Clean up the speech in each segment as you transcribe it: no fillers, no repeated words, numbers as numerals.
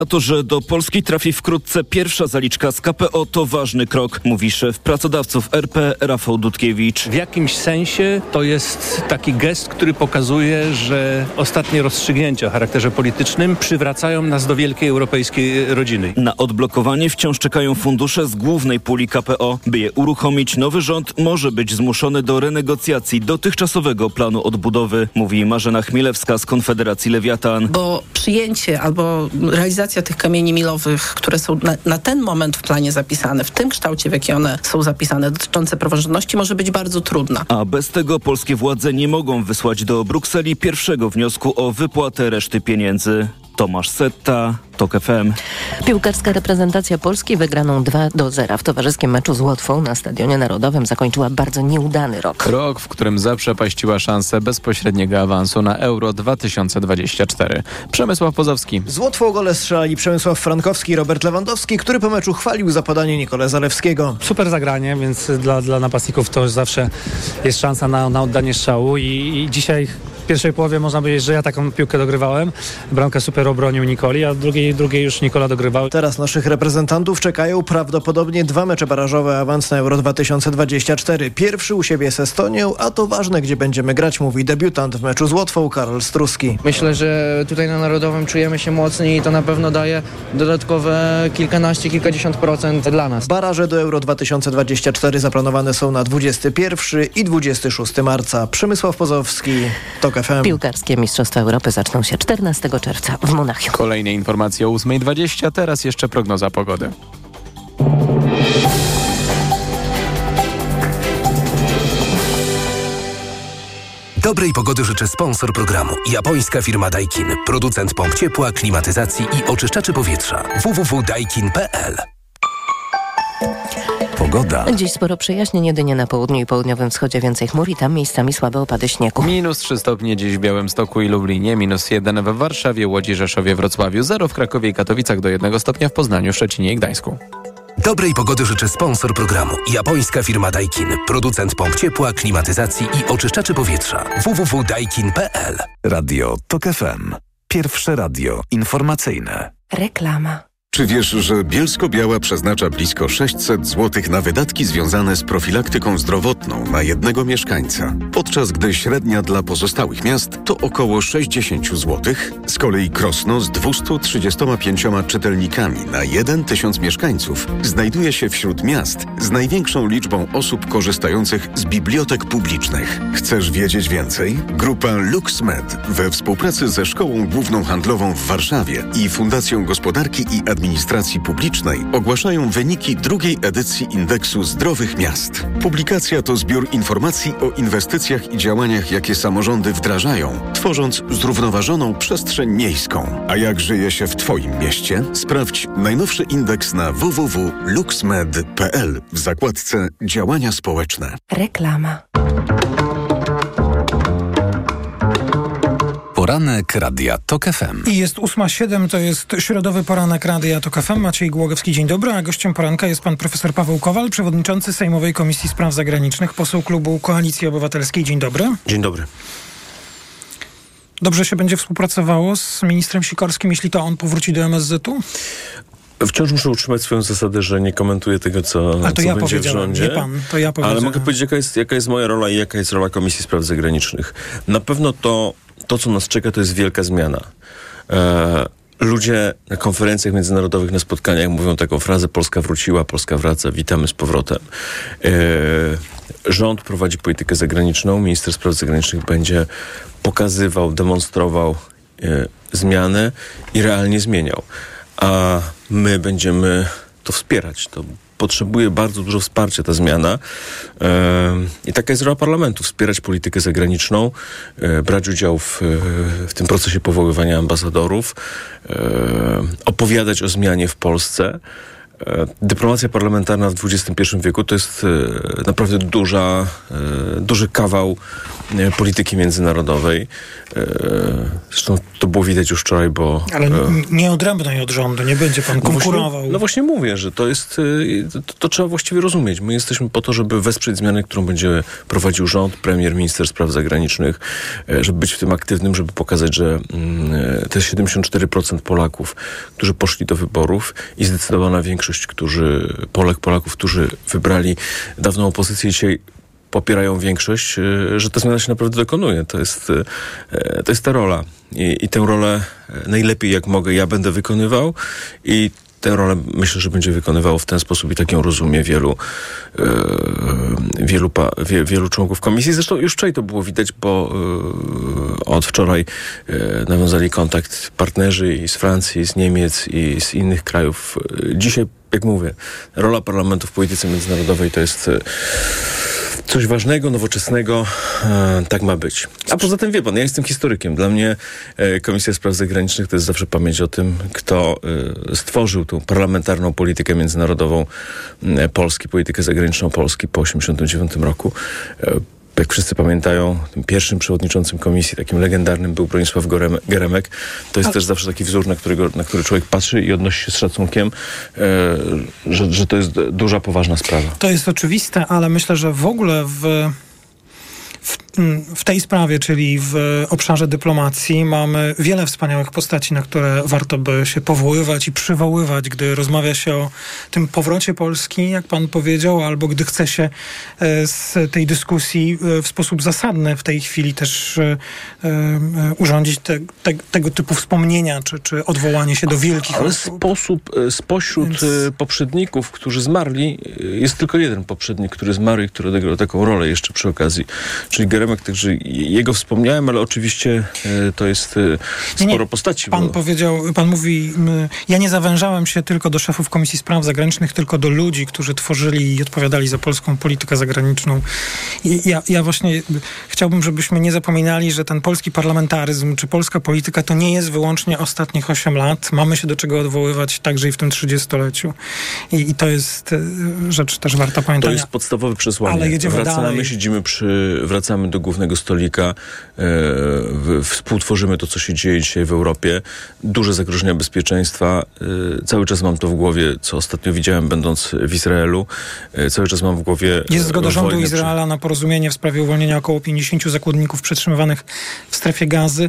To, że do Polski trafi wkrótce pierwsza zaliczka z KPO, to ważny krok, mówi szef pracodawców RP Rafał Dudkiewicz. W jakimś sensie to jest taki gest, który pokazuje, że ostatnie rozstrzygnięcia o charakterze politycznym przywracają nas do wielkiej europejskiej rodziny. Na odblokowanie wciąż czekają fundusze z głównej puli KPO. By je uruchomić, nowy rząd może być zmuszony do renegocjacji dotychczasowego planu odbudowy, mówi Marzena Chmielewska z Konfederacji Lewiatan. Bo przyjęcie albo realizacja tych kamieni milowych, które są na ten moment w planie zapisane, w tym kształcie, w jaki one są zapisane, dotyczące praworządności, może być bardzo trudna. A bez tego polskie władze nie mogą wysłać do Brukseli pierwszego wniosku o wypłatę reszty pieniędzy. Tomasz Setta, TOK FM. Piłkarska reprezentacja Polski wygraną 2-0 w towarzyskim meczu z Łotwą na Stadionie Narodowym zakończyła bardzo nieudany rok. Rok, w którym zaprzepaściła szansę bezpośredniego awansu na Euro 2024. Przemysław Pozowski. Z Łotwą gole strzelali Przemysław Frankowski i Robert Lewandowski, który po meczu chwalił za podanie Nikolę Zalewskiego. Super zagranie, więc dla napastników to zawsze jest szansa na oddanie strzału i dzisiaj w pierwszej połowie można powiedzieć, że ja taką piłkę dogrywałem. Bramkę super obronił Nikoli, a drugiej już Nikola dogrywał. Teraz naszych reprezentantów czekają prawdopodobnie 2 mecze barażowe, awans na Euro 2024. Pierwszy u siebie z Estonią, a to ważne, gdzie będziemy grać, mówi debiutant w meczu z Łotwą Karol Struski. Myślę, że tutaj na Narodowym czujemy się mocniej i to na pewno daje dodatkowe kilkadziesiąt procent dla nas. Baraże do Euro 2024 zaplanowane są na 21 i 26 marca. Przemysław Pozowski, TOK FM. Piłkarskie Mistrzostwa Europy zaczną się 14 czerwca w Monachium. Kolejne informacje o 8:20, teraz jeszcze prognoza pogody. Dobrej pogody życzy sponsor programu. Japońska firma Daikin. Producent pomp ciepła, klimatyzacji i oczyszczaczy powietrza. www.daikin.pl. Pogoda. Dziś sporo przejaśnień, jedynie na południu i południowym wschodzie więcej chmur i tam miejscami słabe opady śniegu. -3 stopnie dziś w Białymstoku i Lublinie, -1 w Warszawie, Łodzi, Rzeszowie, Wrocławiu, 0 w Krakowie i Katowicach, do 1 stopnia w Poznaniu, Szczecinie i Gdańsku. Dobrej pogody życzy sponsor programu. Japońska firma Daikin. Producent pomp ciepła, klimatyzacji i oczyszczaczy powietrza. www.daikin.pl. Radio TOK FM. Pierwsze radio informacyjne. Reklama. Czy wiesz, że Bielsko-Biała przeznacza blisko 600 zł na wydatki związane z profilaktyką zdrowotną na jednego mieszkańca, podczas gdy średnia dla pozostałych miast to około 60 zł? Z kolei Krosno z 235 czytelnikami na 1 tysiąc mieszkańców znajduje się wśród miast z największą liczbą osób korzystających z bibliotek publicznych. Chcesz wiedzieć więcej? Grupa LuxMed we współpracy ze Szkołą Główną Handlową w Warszawie i Fundacją Gospodarki i Administracji Publicznej ogłaszają wyniki drugiej edycji Indeksu Zdrowych Miast. Publikacja to zbiór informacji o inwestycjach i działaniach, jakie samorządy wdrażają, tworząc zrównoważoną przestrzeń miejską. A jak żyje się w Twoim mieście? Sprawdź najnowszy indeks na www.luxmed.pl w zakładce Działania społeczne. Reklama. Poranek Radia TOK FM. I jest 8:07, to jest środowy poranek Radia TOK FM. Maciej Głogowski, dzień dobry, a gościem poranka jest pan profesor Paweł Kowal, przewodniczący Sejmowej Komisji Spraw Zagranicznych, poseł klubu Koalicji Obywatelskiej. Dzień dobry. Dzień dobry. Dobrze się będzie współpracowało z ministrem Sikorskim, jeśli to on powróci do MSZ-u? Wciąż muszę utrzymać swoją zasadę, że nie komentuję tego, co będzie w rządzie. Nie pan, to ja powiedziałem. Ale mogę powiedzieć, jaka jest moja rola i jaka jest rola Komisji Spraw Zagranicznych. Na pewno to, co nas czeka, to jest wielka zmiana. Ludzie na konferencjach międzynarodowych, na spotkaniach mówią taką frazę: Polska wróciła, Polska wraca, witamy z powrotem. Rząd prowadzi politykę zagraniczną, minister spraw zagranicznych będzie pokazywał, demonstrował zmiany i realnie zmieniał. A my będziemy to wspierać. To potrzebuje bardzo dużo wsparcia, ta zmiana. I taka jest rola parlamentu. Wspierać politykę zagraniczną, brać udział w tym procesie powoływania ambasadorów, opowiadać o zmianie w Polsce. dyplomacja parlamentarna w XXI wieku to jest naprawdę duży kawał polityki międzynarodowej. Zresztą to było widać już wczoraj, bo... Ale nie odrębnej od rządu, nie będzie pan konkurował. No właśnie mówię, że to jest... To trzeba właściwie rozumieć. My jesteśmy po to, żeby wesprzeć zmianę, którą będzie prowadził rząd, premier, minister spraw zagranicznych, żeby być w tym aktywnym, żeby pokazać, że to jest 74% Polaków, którzy poszli do wyborów i zdecydowana większość Polaków, którzy wybrali dawną opozycję, dzisiaj popierają większość, że ta zmiana się naprawdę dokonuje. To jest ta rola. I tę rolę najlepiej jak mogę ja będę wykonywał i tę rolę myślę, że będzie wykonywało w ten sposób i tak ją rozumie wielu członków komisji. Zresztą już wczoraj to było widać, bo od wczoraj nawiązali kontakt partnerzy i z Francji, i z Niemiec, i z innych krajów. Dzisiaj, jak mówię, rola parlamentu w polityce międzynarodowej to jest coś ważnego, nowoczesnego, tak ma być. A poza tym, wie pan, ja jestem historykiem. Dla mnie Komisja Spraw Zagranicznych to jest zawsze pamięć o tym, kto stworzył tą parlamentarną politykę międzynarodową Polski, politykę zagraniczną Polski po 1989 roku. Jak wszyscy pamiętają, tym pierwszym przewodniczącym komisji, takim legendarnym, był Bronisław Geremek. To jest też zawsze taki wzór, na który człowiek patrzy i odnosi się z szacunkiem, że to jest duża, poważna sprawa. To jest oczywiste, ale myślę, że w ogóle w tej sprawie, czyli w obszarze dyplomacji, mamy wiele wspaniałych postaci, na które warto by się powoływać i przywoływać, gdy rozmawia się o tym powrocie Polski, jak pan powiedział, albo gdy chce się z tej dyskusji w sposób zasadny w tej chwili też urządzić tego typu wspomnienia, czy odwołanie się do wielkich osób. Ale spośród poprzedników, którzy zmarli, jest tylko jeden poprzednik, który zmarł i który odegrał taką rolę jeszcze przy okazji, czyli Geremek, także jego wspomniałem, ale oczywiście to jest sporo postaci. Pan mówi, ja nie zawężałem się tylko do szefów Komisji Spraw Zagranicznych, tylko do ludzi, którzy tworzyli i odpowiadali za polską politykę zagraniczną. I ja właśnie chciałbym, żebyśmy nie zapominali, że ten polski parlamentaryzm, czy polska polityka to nie jest wyłącznie ostatnich 8 lat. Mamy się do czego odwoływać także i w tym 30-leciu. I to jest rzecz też warta pamiętania. To jest podstawowe przesłanie. Ale jedziemy dalej. Wracamy do głównego stolika, współtworzymy to, co się dzieje dzisiaj w Europie. Duże zagrożenia bezpieczeństwa. Cały czas mam to w głowie, co ostatnio widziałem, będąc w Izraelu. Cały czas mam w głowie... Jest zgoda rządu Izraela na porozumienie w sprawie uwolnienia około 50 zakładników przetrzymywanych w strefie Gazy.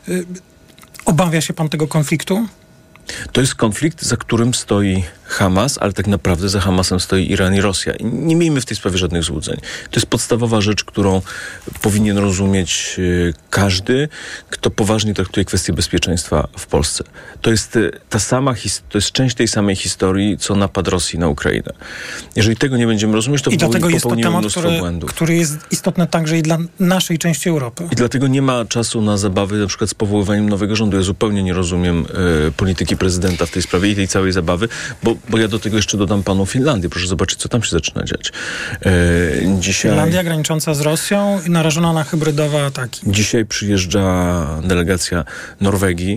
Obawia się pan tego konfliktu? To jest konflikt, za którym stoi Hamas, ale tak naprawdę za Hamasem stoi Iran i Rosja. I nie miejmy w tej sprawie żadnych złudzeń. To jest podstawowa rzecz, którą powinien rozumieć każdy, kto poważnie traktuje kwestię bezpieczeństwa w Polsce. To jest to jest część tej samej historii, co napad Rosji na Ukrainę. Jeżeli tego nie będziemy rozumieć, to popełnimy mnóstwo błędów. Który jest istotny także i dla naszej części Europy. I dlatego nie ma czasu na zabawy, na przykład z powoływaniem nowego rządu. Ja zupełnie nie rozumiem polityki prezydenta w tej sprawie i tej całej zabawy, bo ja do tego jeszcze dodam panu Finlandię. Proszę zobaczyć, co tam się zaczyna dziać. Finlandia granicząca z Rosją i narażona na hybrydowe ataki. Dzisiaj przyjeżdża delegacja Norwegii.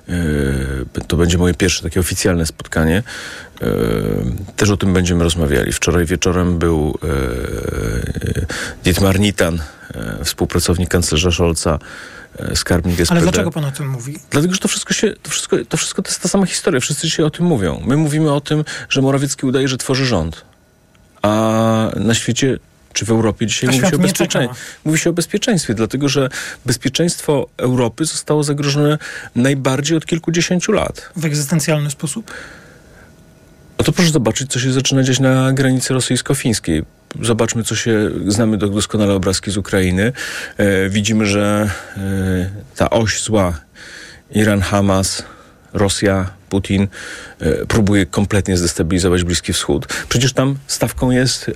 To będzie moje pierwsze takie oficjalne spotkanie. Też o tym będziemy rozmawiali. Wczoraj wieczorem był Dietmar Nitan, współpracownik kanclerza Scholza, skarbnik SPD. Ale dlaczego pan o tym mówi? Dlatego, że to wszystko to jest ta sama historia. Wszyscy dzisiaj o tym mówią. My mówimy o tym, że Morawiecki udaje, że tworzy rząd. A na świecie czy w Europie dzisiaj mówi się o bezpieczeństwie, dlatego że bezpieczeństwo Europy zostało zagrożone najbardziej od kilkudziesięciu lat. W egzystencjalny sposób? No to proszę zobaczyć, co się zaczyna dziać na granicy rosyjsko-fińskiej. Zobaczmy, znamy doskonale obrazki z Ukrainy. Widzimy, że ta oś zła, Iran, Hamas, Rosja, Putin, próbuje kompletnie zdestabilizować Bliski Wschód. Przecież tam stawką jest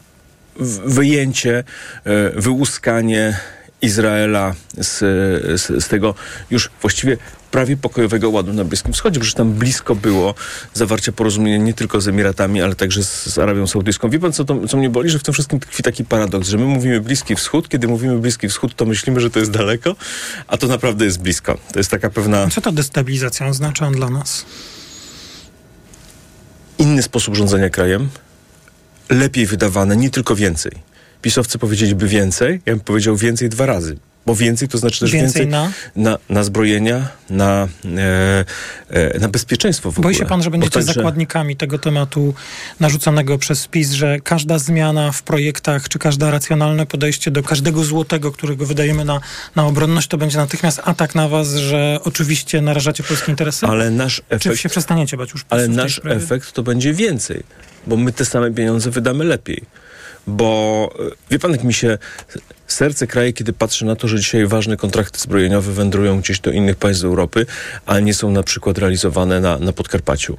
wyjęcie, wyłuskanie Izraela z tego już właściwie prawie pokojowego ładu na Bliskim Wschodzie, przecież tam blisko było zawarcia porozumienia nie tylko z Emiratami, ale także z Arabią Saudyjską. Wie pan, co mnie boli? Że w tym wszystkim tkwi taki paradoks, że my mówimy Bliski Wschód, kiedy mówimy Bliski Wschód, to myślimy, że to jest daleko, a to naprawdę jest blisko. To jest taka pewna... Co ta destabilizacja oznacza dla nas? Inny sposób rządzenia krajem, lepiej wydawane, nie tylko więcej. PiS-owcy powiedzieliby więcej, ja bym powiedział więcej 2 razy. Bo więcej to znaczy też więcej na zbrojenia, na bezpieczeństwo w ogóle. Boi się pan, że będziecie zakładnikami tego tematu narzucanego przez PiS, że każda zmiana w projektach, czy każde racjonalne podejście do każdego złotego, którego wydajemy na obronność, to będzie natychmiast atak na was, że oczywiście narażacie polskie interesy? Ale nasz efekt, czy się przestaniecie bać już? Ale nasz efekt to będzie więcej, bo my te same pieniądze wydamy lepiej. Bo wie pan, jak mi się serce kraje, kiedy patrzę na to, że dzisiaj ważne kontrakty zbrojeniowe wędrują gdzieś do innych państw Europy, a nie są na przykład realizowane na Podkarpaciu,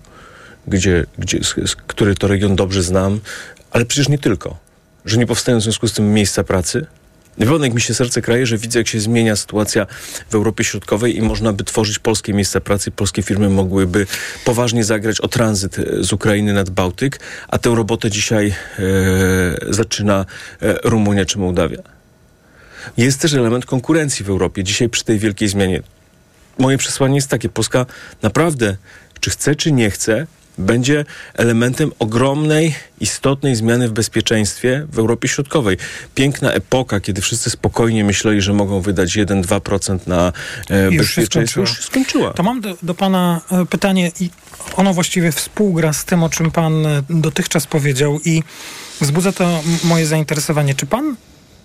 który to region dobrze znam, ale przecież nie tylko. Że nie powstają w związku z tym miejsca pracy. Wie pan, jak mi się serce kraje, że widzę, jak się zmienia sytuacja w Europie Środkowej i można by tworzyć polskie miejsca pracy, polskie firmy mogłyby poważnie zagrać o tranzyt z Ukrainy nad Bałtyk, a tę robotę dzisiaj zaczyna Rumunia czy Mołdawia. Jest też element konkurencji w Europie. Dzisiaj przy tej wielkiej zmianie moje przesłanie jest takie: Polska naprawdę, czy chce, czy nie chce, będzie elementem ogromnej, istotnej zmiany w bezpieczeństwie w Europie Środkowej. Piękna epoka, kiedy wszyscy spokojnie myśleli, że mogą wydać 1-2% na bezpieczeństwo, już się skończyła. To mam do pana pytanie i ono właściwie współgra z tym, o czym pan dotychczas powiedział i wzbudza to moje zainteresowanie. Czy pan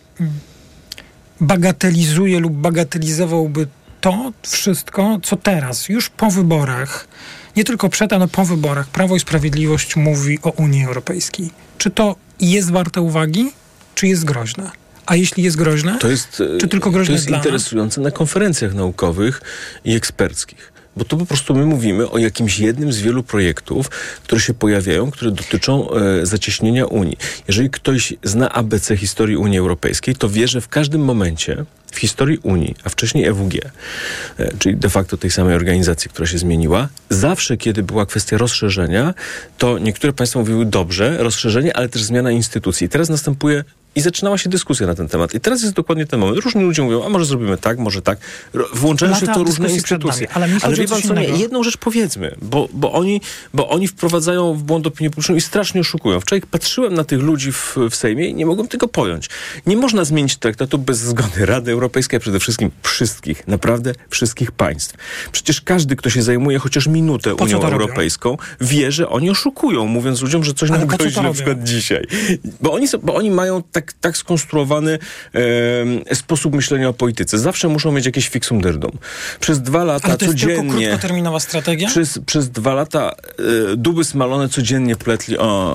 bagatelizuje lub bagatelizowałby to wszystko, co teraz, już po wyborach, nie tylko przed, ale po wyborach, Prawo i Sprawiedliwość mówi o Unii Europejskiej? Czy to jest warte uwagi, czy jest groźne? A jeśli jest groźne, czy tylko groźne dla nas? To jest interesujące na konferencjach naukowych i eksperckich. Bo tu po prostu my mówimy o jakimś jednym z wielu projektów, które się pojawiają, które dotyczą zacieśnienia Unii. Jeżeli ktoś zna ABC historii Unii Europejskiej, to wie, że w każdym momencie w historii Unii, a wcześniej EWG, czyli de facto tej samej organizacji, która się zmieniła, zawsze kiedy była kwestia rozszerzenia, to niektóre państwa mówiły dobrze, rozszerzenie, ale też zmiana instytucji. I teraz następuje i zaczynała się dyskusja na ten temat. I teraz jest dokładnie ten moment. Różni ludzie mówią, a może zrobimy tak, może tak. Włączają się w to różne instytucje. Ale wie pan co, nie, jedną rzecz powiedzmy, bo oni wprowadzają w błąd opinię publiczną i strasznie oszukują. Wczoraj patrzyłem na tych ludzi w Sejmie i nie mogłem tego pojąć. Nie można zmienić traktatu bez zgody Rady Europejskiej, a przede wszystkim wszystkich, naprawdę wszystkich państw. Przecież każdy, kto się zajmuje chociaż minutę Unią Europejską, wie, że oni oszukują, mówiąc ludziom, że coś nam grozi na przykład dzisiaj. Bo oni mają tak skonstruowany sposób myślenia o polityce. Zawsze muszą mieć jakieś fixum dyrdum. Przez 2 lata ale to jest codziennie... tylko krótkoterminowa strategia? Przez 2 lata duby smalone codziennie pletli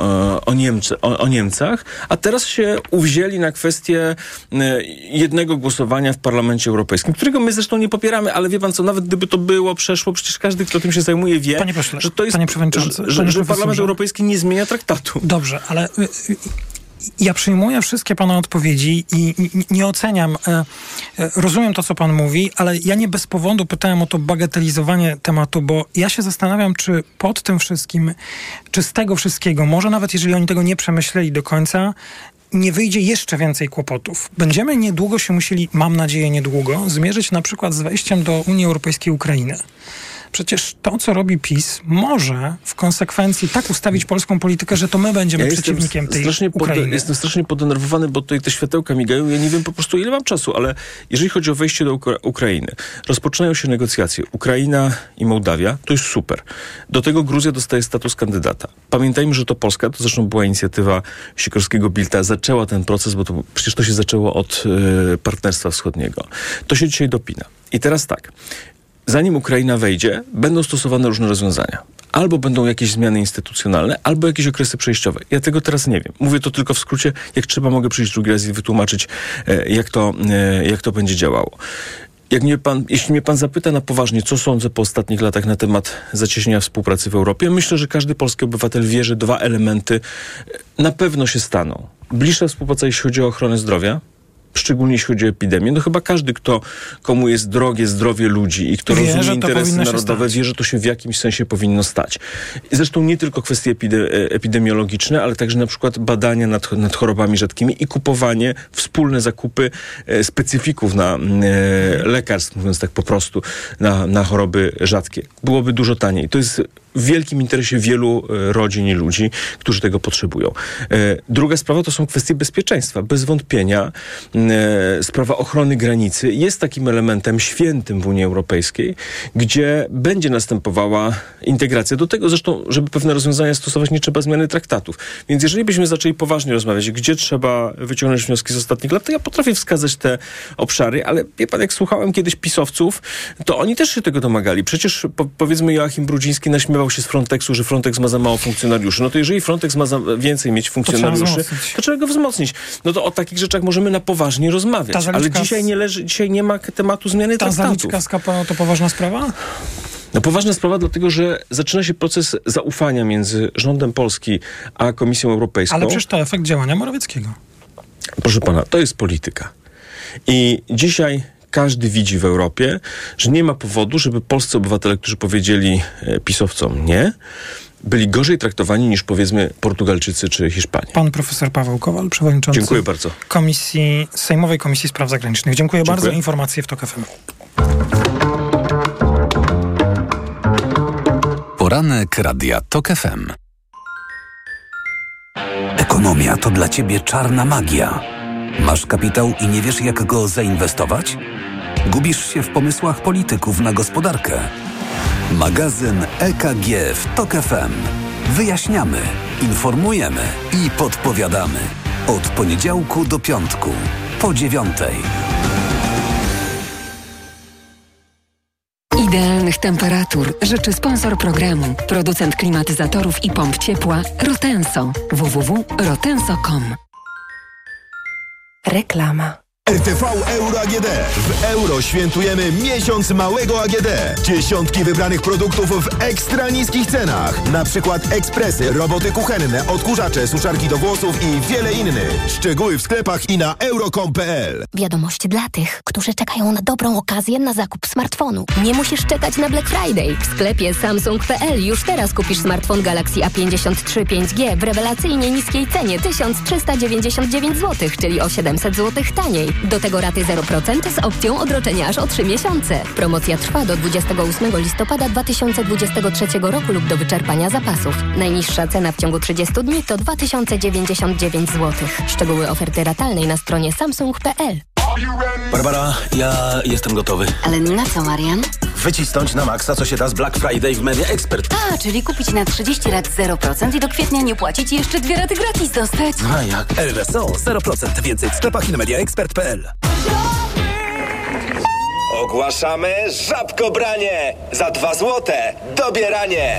o Niemcach, a teraz się uwzięli na kwestię jednego głosowania w Parlamencie Europejskim, którego my zresztą nie popieramy, ale wie pan co, nawet gdyby to przeszło, przecież każdy, kto tym się zajmuje, wie, że to jest, że Parlament Europejski nie zmienia traktatu. Dobrze, ale... Ja przyjmuję wszystkie pana odpowiedzi i nie oceniam. Rozumiem to, co pan mówi, ale ja nie bez powodu pytałem o to bagatelizowanie tematu, bo ja się zastanawiam, czy pod tym wszystkim, czy z tego wszystkiego, może nawet jeżeli oni tego nie przemyśleli do końca, nie wyjdzie jeszcze więcej kłopotów. Będziemy niedługo się musieli, mam nadzieję niedługo, zmierzyć na przykład z wejściem do Unii Europejskiej Ukrainy. Przecież to, co robi PiS, może w konsekwencji tak ustawić polską politykę, że to my będziemy przeciwnikiem tej Ukrainy. Jestem strasznie podenerwowany, bo tutaj te światełka migają. Ja nie wiem po prostu, ile mam czasu, ale jeżeli chodzi o wejście do Ukrainy, rozpoczynają się negocjacje. Ukraina i Mołdawia, to jest super. Do tego Gruzja dostaje status kandydata. Pamiętajmy, że to Polska, to zresztą była inicjatywa Sikorskiego-Bilta, zaczęła ten proces, bo przecież to się zaczęło od Partnerstwa Wschodniego. To się dzisiaj dopina. I teraz tak. Zanim Ukraina wejdzie, będą stosowane różne rozwiązania. Albo będą jakieś zmiany instytucjonalne, albo jakieś okresy przejściowe. Ja tego teraz nie wiem. Mówię to tylko w skrócie. Jak trzeba, mogę przyjść drugi raz i wytłumaczyć, jak to będzie działało. Jeśli mnie pan zapyta na poważnie, co sądzę po ostatnich latach na temat zacieśnienia współpracy w Europie, myślę, że każdy polski obywatel wie, że 2 elementy na pewno się staną. Bliższa współpraca, jeśli chodzi o ochronę zdrowia, szczególnie jeśli chodzi o epidemię. No chyba każdy, komu jest drogie zdrowie ludzi i kto rozumie interesy narodowe, wie, że to się w jakimś sensie powinno stać. I zresztą nie tylko kwestie epidemiologiczne, ale także na przykład badania nad chorobami rzadkimi i kupowanie, wspólne zakupy specyfików na lekarstw, mówiąc tak po prostu, na choroby rzadkie. Byłoby dużo taniej. To jest w wielkim interesie wielu rodzin i ludzi, którzy tego potrzebują. Druga sprawa to są kwestie bezpieczeństwa. Bez wątpienia sprawa ochrony granicy jest takim elementem świętym w Unii Europejskiej, gdzie będzie następowała integracja. Do tego zresztą, żeby pewne rozwiązania stosować, nie trzeba zmiany traktatów. Więc jeżeli byśmy zaczęli poważnie rozmawiać, gdzie trzeba wyciągnąć wnioski z ostatnich lat, to ja potrafię wskazać te obszary, ale wie pan, jak słuchałem kiedyś pisowców, to oni też się tego domagali. Przecież powiedzmy Joachim Brudziński naśmiewał się z Fronteksu, że Frontex ma za mało funkcjonariuszy. No to jeżeli Frontex ma więcej mieć funkcjonariuszy, to trzeba go wzmocnić. No to o takich rzeczach możemy na poważnie rozmawiać. Ale dzisiaj nie ma tematu zmiany traktatów. Ta zaliczka z KPO to poważna sprawa? No poważna sprawa, dlatego że zaczyna się proces zaufania między rządem Polski a Komisją Europejską. Ale przecież to efekt działania Morawieckiego. Proszę pana, to jest polityka. I dzisiaj każdy widzi w Europie, że nie ma powodu, żeby polscy obywatele, którzy powiedzieli pisowcom nie, byli gorzej traktowani niż powiedzmy Portugalczycy czy Hiszpanie. Pan profesor Paweł Kowal, przewodniczący Dziękuję bardzo. Sejmowej Komisji Spraw Zagranicznych. Dziękuję bardzo. Informacje w TOK FM. Poranek Radia TOK FM. Ekonomia to dla ciebie czarna magia. Masz kapitał i nie wiesz, jak go zainwestować? Gubisz się w pomysłach polityków na gospodarkę. Magazyn EKG w TOK FM. Wyjaśniamy, informujemy i podpowiadamy. Od poniedziałku do piątku, po 9:00. Idealnych temperatur życzy sponsor programu, producent klimatyzatorów i pomp ciepła Rotenso. www.rotenso.com. Reklama. RTV Euro AGD. W euro świętujemy miesiąc małego AGD. Dziesiątki wybranych produktów w ekstra niskich cenach. Na przykład ekspresy, roboty kuchenne, odkurzacze, suszarki do włosów i wiele innych. Szczegóły w sklepach i na euro.com.pl. Wiadomość dla tych, którzy czekają na dobrą okazję na zakup smartfonu. Nie musisz czekać na Black Friday. W sklepie Samsung.pl już teraz kupisz smartfon Galaxy A53 5G w rewelacyjnie niskiej cenie 1399 zł, czyli o 700 zł taniej. Do tego raty 0% z opcją odroczenia aż o 3 miesiące. Promocja trwa do 28 listopada 2023 roku lub do wyczerpania zapasów. Najniższa cena w ciągu 30 dni to 2099 zł. Szczegóły oferty ratalnej na stronie samsung.pl. Barbara, ja jestem gotowy. Ale na co, Marian? Wycisnąć na maksa, co się da z Black Friday w Media Expert. A, czyli kupić na 30 rat 0% i do kwietnia nie płacić i jeszcze 2 raty gratis dostać. A jak? RSO 0%. Więcej w sklepach i na mediaexpert.pl. Ogłaszamy żabkobranie! Za 2 złote dobieranie!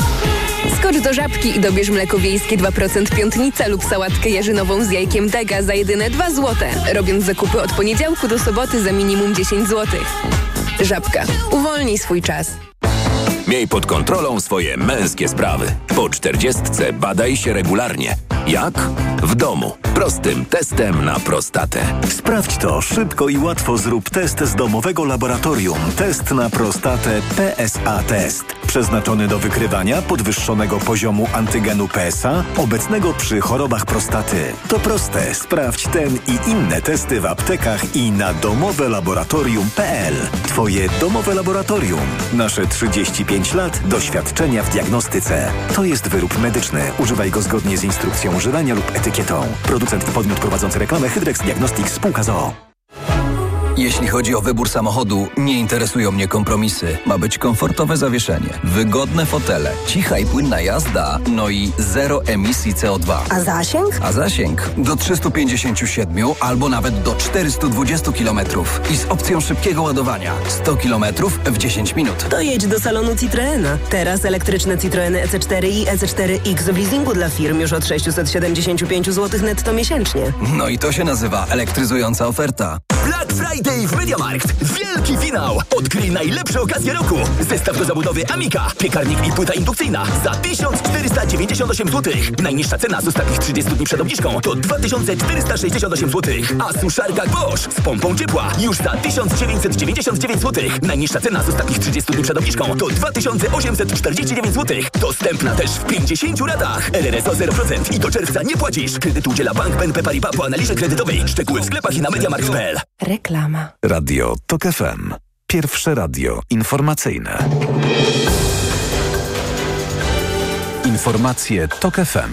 Skocz do Żabki i dobierz mleko wiejskie 2% piątnica lub sałatkę jarzynową z jajkiem Dega za jedyne 2 złote. Robiąc zakupy od poniedziałku do soboty za minimum 10 zł. Żabka. Uwolnij swój czas. Miej pod kontrolą swoje męskie sprawy. Po 40 badaj się regularnie. Jak? W domu. Prostym testem na prostatę. Sprawdź to szybko i łatwo. Zrób test z domowego laboratorium. Test na prostatę PSA Test. Przeznaczony do wykrywania podwyższonego poziomu antygenu PSA obecnego przy chorobach prostaty. To proste. Sprawdź ten i inne testy w aptekach i na domowelaboratorium.pl. Twoje domowe laboratorium. Nasze 35 lat doświadczenia w diagnostyce. To jest wyrób medyczny. Używaj go zgodnie z instrukcją używania lub etykietą. Producent i podmiot prowadzący reklamę Hydrex Diagnostics spółka z o.o. Jeśli chodzi o wybór samochodu, nie interesują mnie kompromisy. Ma być komfortowe zawieszenie, wygodne fotele, cicha i płynna jazda, no i zero emisji CO2. A zasięg? A zasięg do 357 albo nawet do 420 km i z opcją szybkiego ładowania 100 km w 10 minut. To jedź do salonu Citroena. Teraz elektryczne Citroeny EC4 i EC4X w leasingu dla firm już od 675 zł netto miesięcznie. No i to się nazywa elektryzująca oferta. Black Friday w MediaMarkt. Wielki finał. Odkryj najlepsze okazje roku. Zestaw do zabudowy Amica, piekarnik i płyta indukcyjna za 1498 zł. Najniższa cena z ostatnich 30 dni przed obniżką to 2468 zł. A suszarka Bosch z pompą ciepła już za 1999 zł. Najniższa cena z ostatnich 30 dni przed obniżką to 2849 zł. Dostępna też w 50 ratach. RRSO 0% i do czerwca nie płacisz. Kredyt udziela Bank BNP Paribas po analizie kredytowej. Szczegóły w sklepach i na mediamarkt.pl. Reklama. Radio TOK FM. Pierwsze radio informacyjne. Informacje TOK FM.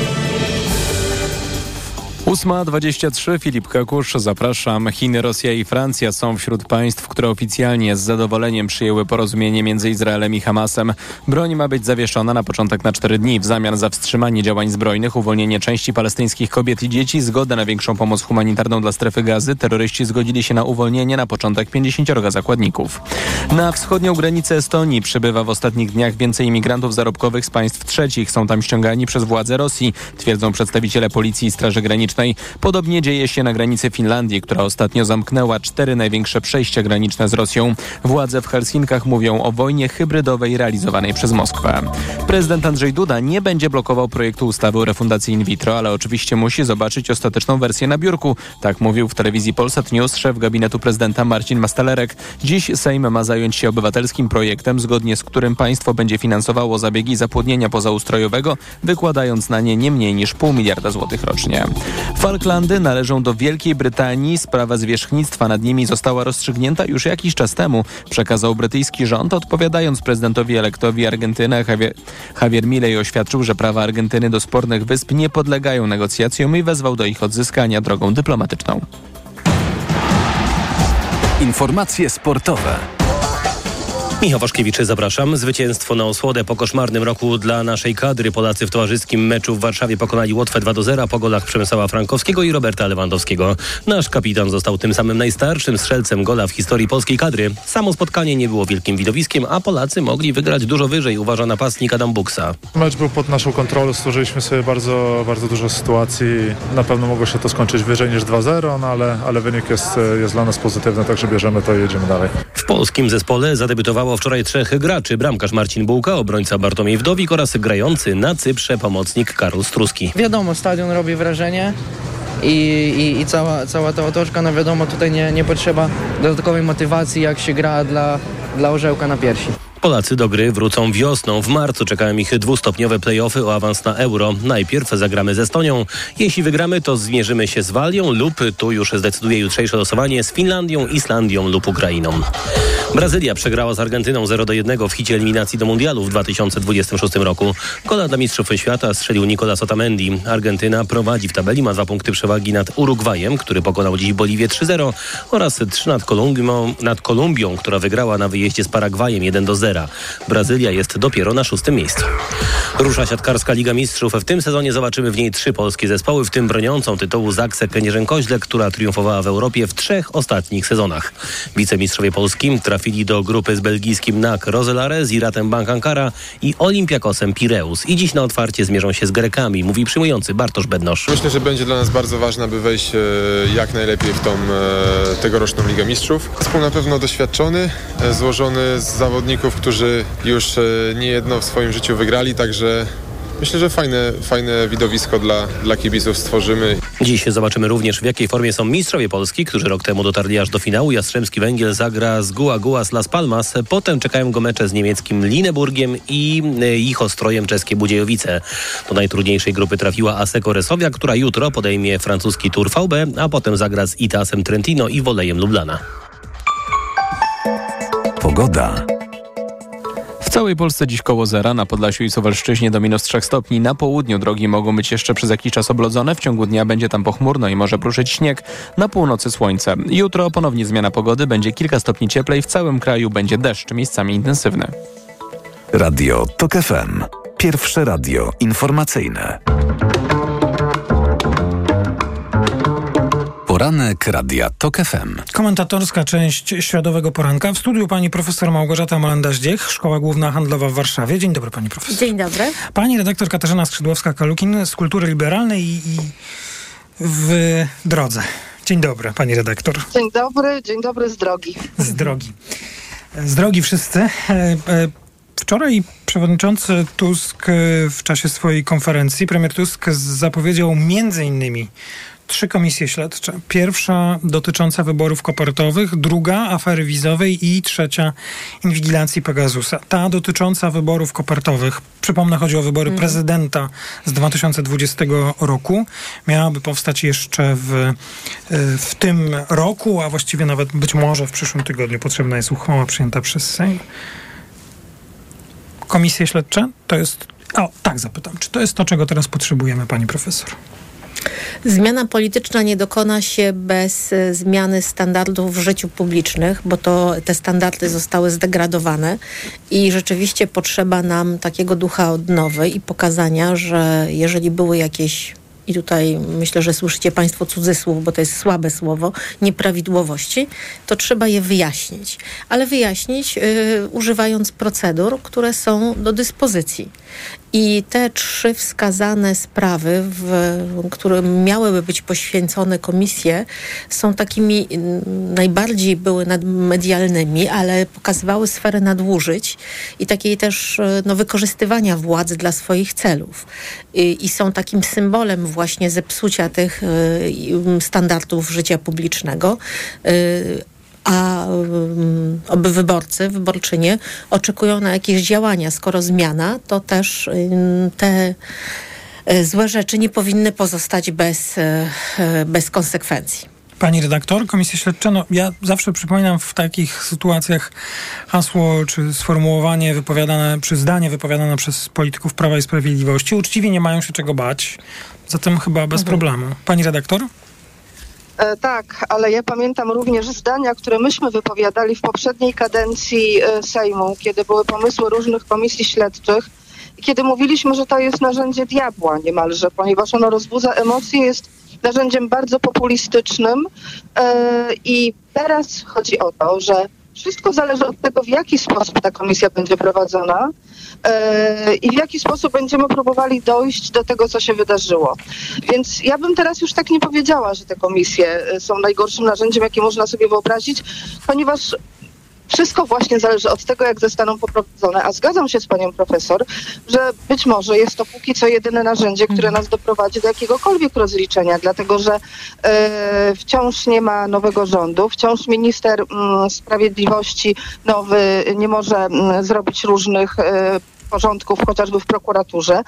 8:23, Filip Kakusz, zapraszam. Chiny, Rosja i Francja są wśród państw, które oficjalnie z zadowoleniem przyjęły porozumienie między Izraelem i Hamasem. Broń ma być zawieszona na początek na 4 dni. W zamian za wstrzymanie działań zbrojnych, uwolnienie części palestyńskich kobiet i dzieci, zgodę na większą pomoc humanitarną dla strefy Gazy, terroryści zgodzili się na uwolnienie na początek 50 zakładników. Na wschodnią granicę Estonii przybywa w ostatnich dniach więcej imigrantów zarobkowych z państw trzecich. Są tam ściągani przez władze Rosji, twierdzą przedstawiciele policji i Straży Granicznej. Podobnie dzieje się na granicy Finlandii, która ostatnio zamknęła 4 największe przejścia graniczne z Rosją. Władze w Helsinkach mówią o wojnie hybrydowej realizowanej przez Moskwę. Prezydent Andrzej Duda nie będzie blokował projektu ustawy o refundacji in vitro, ale oczywiście musi zobaczyć ostateczną wersję na biurku. Tak mówił w telewizji Polsat News szef gabinetu prezydenta Marcin Mastalerek. Dziś Sejm ma zająć się obywatelskim projektem, zgodnie z którym państwo będzie finansowało zabiegi zapłodnienia pozaustrojowego, wykładając na nie mniej niż 0,5 miliarda złotych rocznie. Falklandy należą do Wielkiej Brytanii. Sprawa zwierzchnictwa nad nimi została rozstrzygnięta już jakiś czas temu, przekazał brytyjski rząd, odpowiadając prezydentowi elektowi Argentyny. Javier Milei oświadczył, że prawa Argentyny do spornych wysp nie podlegają negocjacjom i wezwał do ich odzyskania drogą dyplomatyczną. Informacje sportowe. Michał Waszkiewicz, zapraszam. Zwycięstwo na osłodę po koszmarnym roku dla naszej kadry. Polacy w towarzyskim meczu w Warszawie pokonali Łotwę 2-0 po golach Przemysława Frankowskiego i Roberta Lewandowskiego. Nasz kapitan został tym samym najstarszym strzelcem gola w historii polskiej kadry. Samo spotkanie nie było wielkim widowiskiem, a Polacy mogli wygrać dużo wyżej, uważa napastnik Adam Buksa. Mecz był pod naszą kontrolą, stworzyliśmy sobie bardzo, bardzo dużo sytuacji. Na pewno mogło się to skończyć wyżej niż 2-0, no ale wynik jest dla nas pozytywny, także bierzemy to i jedziemy dalej. W polskim zespole zadebiutowało wczoraj 3 graczy. Bramkarz Marcin Bułka, obrońca Bartłomiej Wdowik oraz grający na Cyprze pomocnik Karol Struski. Wiadomo, stadion robi wrażenie i cała ta otoczka, no wiadomo, tutaj nie potrzeba dodatkowej motywacji, jak się gra dla orzełka na piersi. Polacy do gry wrócą wiosną. W marcu czekają ich 2-stopniowe play-offy o awans na Euro. Najpierw zagramy z Estonią. Jeśli wygramy, to zmierzymy się z Walią lub, tu już zdecyduje jutrzejsze losowanie, z Finlandią, Islandią lub Ukrainą. Brazylia przegrała z Argentyną 0-1 w hicie eliminacji do mundialu w 2026 roku. Gola dla mistrzów świata strzelił Nicolas Otamendi. Argentyna prowadzi w tabeli, ma 2 punkty przewagi nad Urugwajem, który pokonał dziś Boliwię 3-0 oraz 3 nad Kolumbią, która wygrała na wyjeździe z Paragwajem 1-0. Brazylia jest dopiero na 6. miejscu. Rusza siatkarska Liga Mistrzów. W tym sezonie zobaczymy w niej 3 polskie zespoły, w tym broniącą tytułu Zaksę Kędzierzyn-Koźle, która triumfowała w Europie w 3 ostatnich sezonach. Wicemistrzowie Polski trafili do grupy z belgijskim NAC Roselare, z Iratem Bank Ankara i Olympiakosem Pireus. I dziś na otwarcie zmierzą się z Grekami, mówi przyjmujący Bartosz Bednosz. Myślę, że będzie dla nas bardzo ważne, aby wejść jak najlepiej w tą tegoroczną Ligę Mistrzów. Zespół na pewno doświadczony, złożony z zawodników, którzy już niejedno w swoim życiu wygrali, także myślę, że fajne widowisko dla kibiców stworzymy. Dziś zobaczymy również, w jakiej formie są mistrzowie Polski, którzy rok temu dotarli aż do finału. Jastrzębski Węgiel zagra z Guła z Las Palmas. Potem czekają go mecze z niemieckim Lineburgiem i ich Ostrojem czeskie Budziejowice. Do najtrudniejszej grupy trafiła Asseco Resowia, która jutro podejmie francuski Tour VB, a potem zagra z Itasem Trentino i Wolejem Lublana. Pogoda. W całej Polsce dziś koło zera, na Podlasiu i Suwalszczyźnie do -3 stopni. Na południu drogi mogą być jeszcze przez jakiś czas oblodzone. W ciągu dnia będzie tam pochmurno i może pruszyć śnieg. Na północy słońce. Jutro ponownie zmiana pogody, będzie kilka stopni cieplej. W całym kraju będzie deszcz, miejscami intensywny. Radio TOK FM. Pierwsze radio informacyjne. Poranek Radia TOK FM. Komentatorska część Światowego Poranka. W studiu pani profesor Małgorzata Molenda-Zdziech, Szkoła Główna Handlowa w Warszawie. Dzień dobry, pani profesor. Dzień dobry. Pani redaktor Katarzyna Skrzydłowska-Kalukin z Kultury Liberalnej i w drodze. Dzień dobry, pani redaktor. Dzień dobry z drogi. Z drogi. Z drogi wszyscy. Wczoraj przewodniczący Tusk w czasie swojej konferencji, premier Tusk zapowiedział m.in. 3 komisje śledcze. Pierwsza dotycząca wyborów kopertowych, druga afery wizowej i trzecia inwigilacji Pegasusa. Ta dotycząca wyborów kopertowych, przypomnę, chodzi o wybory prezydenta z 2020 roku, miałaby powstać jeszcze w tym roku, a właściwie nawet być może w przyszłym tygodniu. Potrzebna jest uchwała przyjęta przez Sejm. Komisje śledcze to jest O, tak zapytam. Czy to jest to, czego teraz potrzebujemy, pani profesor? Zmiana polityczna nie dokona się bez zmiany standardów w życiu publicznych, bo to te standardy zostały zdegradowane i rzeczywiście potrzeba nam takiego ducha odnowy i pokazania, że jeżeli były jakieś, i tutaj myślę, że słyszycie państwo cudzysłów, bo to jest słabe słowo, nieprawidłowości, to trzeba je wyjaśnić. Ale wyjaśnić używając procedur, które są do dyspozycji. I te 3 wskazane sprawy, które miałyby być poświęcone komisje, są takimi, najbardziej były medialnymi, ale pokazywały sferę nadużyć i takiej też wykorzystywania władzy dla swoich celów. I są takim symbolem właśnie zepsucia tych standardów życia publicznego. A wyborcy, wyborczynie oczekują na jakieś działania. Skoro zmiana, to też te złe rzeczy nie powinny pozostać bez konsekwencji. Pani redaktor, komisja śledcza, ja zawsze przypominam w takich sytuacjach hasło czy sformułowanie zdanie wypowiadane przez polityków Prawa i Sprawiedliwości. Uczciwi nie mają się czego bać, zatem chyba bez problemu. Pani redaktor? Tak, ale ja pamiętam również zdania, które myśmy wypowiadali w poprzedniej kadencji Sejmu, kiedy były pomysły różnych komisji śledczych i kiedy mówiliśmy, że to jest narzędzie diabła niemalże, ponieważ ono rozbudza emocje, jest narzędziem bardzo populistycznym i teraz chodzi o to, że wszystko zależy od tego, w jaki sposób ta komisja będzie prowadzona i w jaki sposób będziemy próbowali dojść do tego, co się wydarzyło. Więc ja bym teraz już tak nie powiedziała, że te komisje są najgorszym narzędziem, jakie można sobie wyobrazić, ponieważ wszystko właśnie zależy od tego, jak zostaną poprowadzone. A zgadzam się z panią profesor, że być może jest to póki co jedyne narzędzie, które nas doprowadzi do jakiegokolwiek rozliczenia, dlatego że wciąż nie ma nowego rządu, wciąż minister sprawiedliwości nowy nie może zrobić różnych porządków, chociażby w prokuraturze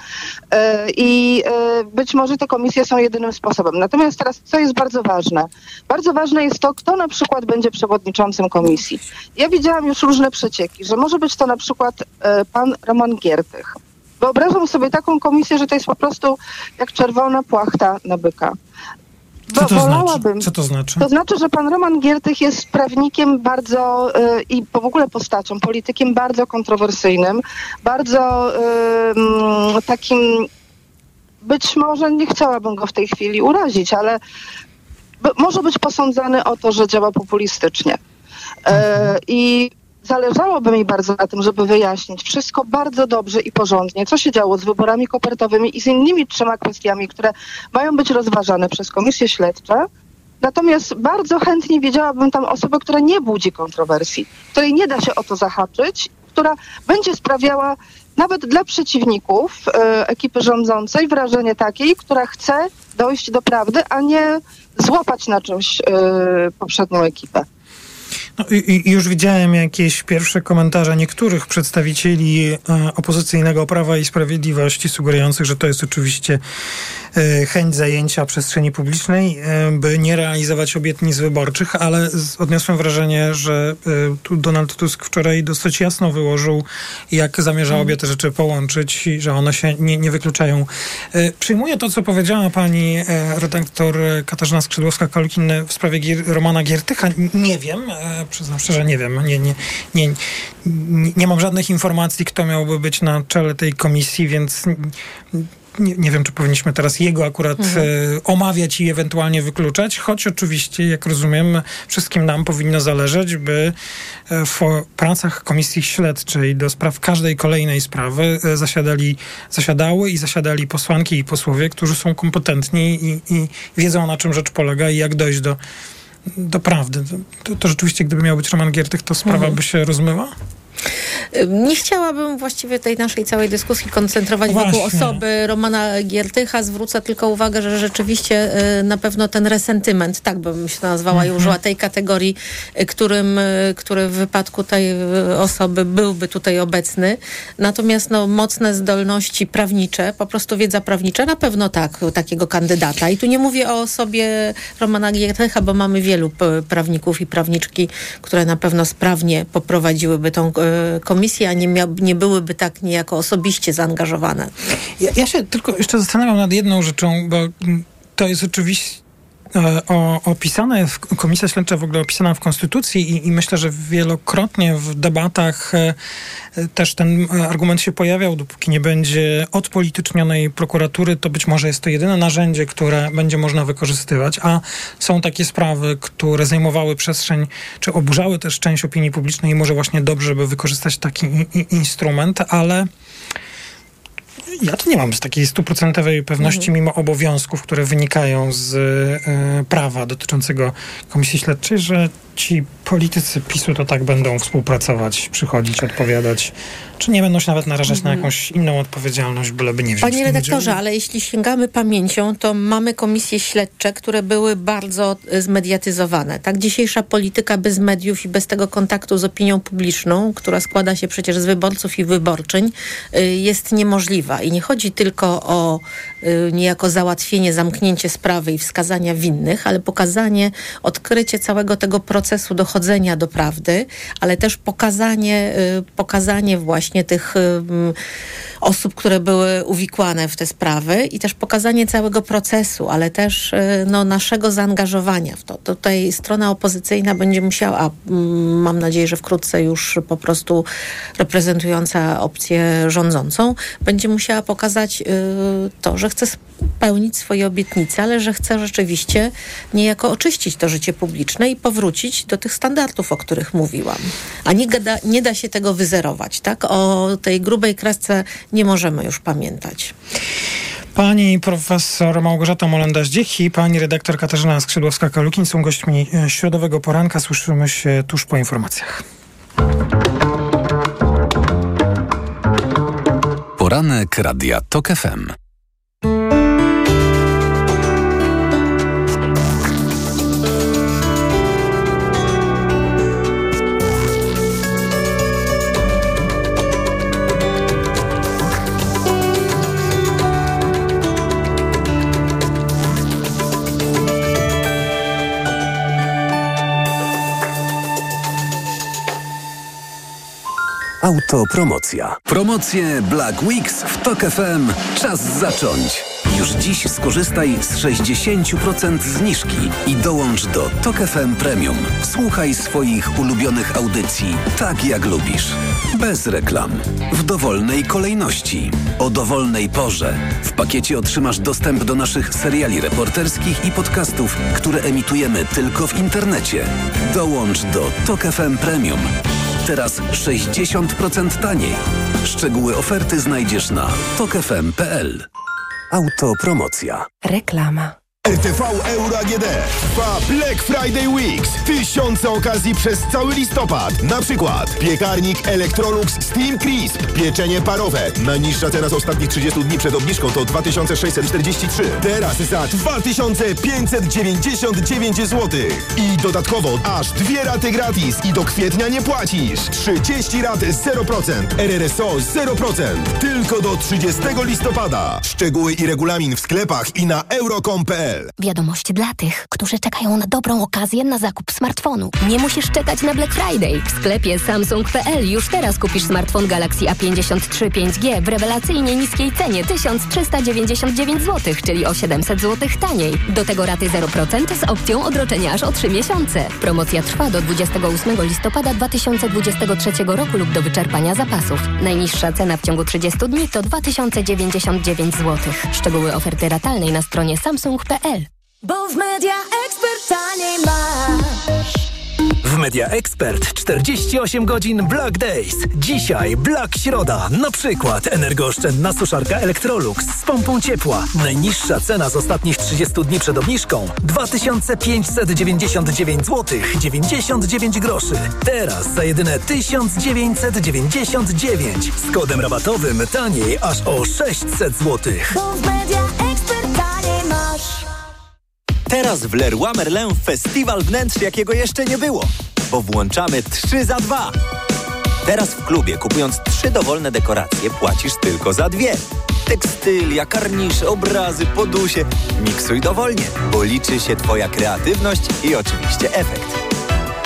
i być może te komisje są jedynym sposobem. Natomiast teraz, co jest bardzo ważne? Bardzo ważne jest to, kto na przykład będzie przewodniczącym komisji. Ja widziałam już różne przecieki, że może być to na przykład pan Roman Giertych. Wyobrażam sobie taką komisję, że to jest po prostu jak czerwona płachta na byka. Co to znaczy? To znaczy, że pan Roman Giertych jest prawnikiem bardzo i w ogóle postacią, politykiem bardzo kontrowersyjnym, bardzo takim, być może nie chciałabym go w tej chwili urazić, ale może być posądzany o to, że działa populistycznie. I zależałoby mi bardzo na tym, żeby wyjaśnić wszystko bardzo dobrze i porządnie, co się działo z wyborami kopertowymi i z innymi 3 kwestiami, które mają być rozważane przez komisje śledcze. Natomiast bardzo chętnie wiedziałabym tam osobę, która nie budzi kontrowersji, której nie da się o to zahaczyć, która będzie sprawiała nawet dla przeciwników ekipy rządzącej wrażenie takiej, która chce dojść do prawdy, a nie złapać na czymś poprzednią ekipę. I już widziałem jakieś pierwsze komentarze niektórych przedstawicieli opozycyjnego Prawa i Sprawiedliwości, sugerujących, że to jest oczywiście chęć zajęcia przestrzeni publicznej, by nie realizować obietnic wyborczych, ale odniosłem wrażenie, że tu Donald Tusk wczoraj dosyć jasno wyłożył, jak zamierza obie te rzeczy połączyć i że one się nie wykluczają. Przyjmuję to, co powiedziała pani redaktor Katarzyna Skrzydłowska-Kolkin w sprawie Romana Giertycha. Nie wiem, przyznam szczerze, nie wiem. Nie mam żadnych informacji, kto miałby być na czele tej komisji, więc nie wiem, czy powinniśmy teraz jego akurat omawiać i ewentualnie wykluczać, choć oczywiście, jak rozumiem, wszystkim nam powinno zależeć, by w pracach komisji śledczej do spraw każdej kolejnej sprawy zasiadali posłanki i posłowie, którzy są kompetentni i wiedzą, na czym rzecz polega i jak dojść do prawdy. To rzeczywiście, gdyby miał być Roman Giertych, to sprawa by się rozmyła? Nie chciałabym właściwie tej naszej całej dyskusji koncentrować wokół osoby Romana Giertycha. Zwrócę tylko uwagę, że rzeczywiście na pewno ten resentyment, tak bym się nazwała i użyła tej kategorii, który w wypadku tej osoby byłby tutaj obecny. Natomiast mocne zdolności prawnicze, po prostu wiedza prawnicza, na pewno tak, takiego kandydata. I tu nie mówię o osobie Romana Giertycha, bo mamy wielu prawników i prawniczki, które na pewno sprawnie poprowadziłyby tą komisji, a nie byłyby tak niejako osobiście zaangażowane. Ja się tylko jeszcze zastanawiam nad jedną rzeczą, bo to jest oczywiście opisane, Komisja Śledcza w ogóle opisana w Konstytucji i myślę, że wielokrotnie w debatach też ten argument się pojawiał, dopóki nie będzie odpolitycznionej prokuratury, to być może jest to jedyne narzędzie, które będzie można wykorzystywać, a są takie sprawy, które zajmowały przestrzeń, czy oburzały też część opinii publicznej i może właśnie dobrze by wykorzystać taki instrument, ale ja tu nie mam takiej 100% pewności, mimo obowiązków, które wynikają z prawa dotyczącego Komisji Śledczej, że ci politycy PiS-u to tak będą współpracować, przychodzić, odpowiadać, czy nie będą się nawet narażać na jakąś inną odpowiedzialność, byleby nie wziąć. Panie redaktorze, ale jeśli sięgamy pamięcią, to mamy komisje śledcze, które były bardzo zmediatyzowane. Tak, dzisiejsza polityka bez mediów i bez tego kontaktu z opinią publiczną, która składa się przecież z wyborców i wyborczyń, jest niemożliwa. I nie chodzi tylko o niejako załatwienie, zamknięcie sprawy i wskazania winnych, ale pokazanie, odkrycie całego tego procesu dochodzenia do prawdy, ale też pokazanie właśnie tych osób, które były uwikłane w te sprawy i też pokazanie całego procesu, ale też naszego zaangażowania w to. Tutaj strona opozycyjna będzie musiała, mam nadzieję, że wkrótce już po prostu reprezentująca opcję rządzącą, będzie musiała pokazać to, że chce spełnić swoje obietnice, ale że chce rzeczywiście niejako oczyścić to życie publiczne i powrócić do tych standardów, o których mówiłam. A nie da się tego wyzerować, tak? O tej grubej kresce nie możemy już pamiętać. Pani profesor Małgorzata Molenda-Zdziech i pani redaktor Katarzyna Skrzydłowska-Kalukin są gośćmi środowego poranka. Słyszymy się tuż po informacjach. Poranek Radia TOK FM. Autopromocja. Promocje Black Weeks w TOK FM. Czas zacząć. Już dziś skorzystaj z 60% zniżki i dołącz do TOK FM Premium. Słuchaj swoich ulubionych audycji tak jak lubisz. Bez reklam. W dowolnej kolejności. O dowolnej porze. W pakiecie otrzymasz dostęp do naszych seriali reporterskich i podcastów, które emitujemy tylko w internecie. Dołącz do TOK FM Premium. Teraz 60% taniej. Szczegóły oferty znajdziesz na tokfm.pl. Autopromocja. Reklama. RTV Euro AGD trwa Black Friday Weeks. 1000 okazji przez cały listopad. Na przykład piekarnik Electrolux Steam Crisp, pieczenie parowe. Najniższa cena z ostatnich 30 dni przed obniżką to 2643. Teraz za 2599 zł. I dodatkowo aż 2 raty gratis i do kwietnia nie płacisz. 30 rat 0%. RRSO 0%. Tylko do 30 listopada. Szczegóły i regulamin w sklepach i na euro.com.pl. Wiadomość dla tych, którzy czekają na dobrą okazję na zakup smartfonu. Nie musisz czekać na Black Friday. W sklepie Samsung.pl już teraz kupisz smartfon Galaxy A53 5G w rewelacyjnie niskiej cenie 1399 zł, czyli o 700 zł taniej. Do tego raty 0% z opcją odroczenia aż o 3 miesiące. Promocja trwa do 28 listopada 2023 roku lub do wyczerpania zapasów. Najniższa cena w ciągu 30 dni to 2099 zł. Szczegóły oferty ratalnej na stronie Samsung.pl. Bo w Media Expert taniej masz. W Media Expert 48 godzin Black Days. Dzisiaj Black Środa. Na przykład energooszczędna suszarka Electrolux z pompą ciepła. Najniższa cena z ostatnich 30 dni przed obniżką 2599 zł 99 groszy. Teraz za jedyne 1999 z kodem rabatowym taniej aż o 600 zł. Bo w Media Expert taniej masz. Teraz w Leroy Merlin festiwal wnętrz, jakiego jeszcze nie było, bo włączamy 3 za 2. Teraz w klubie, kupując 3 dowolne dekoracje, płacisz tylko za 2. Tekstylia, karnisze, obrazy, podusie. Miksuj dowolnie, bo liczy się Twoja kreatywność i oczywiście efekt.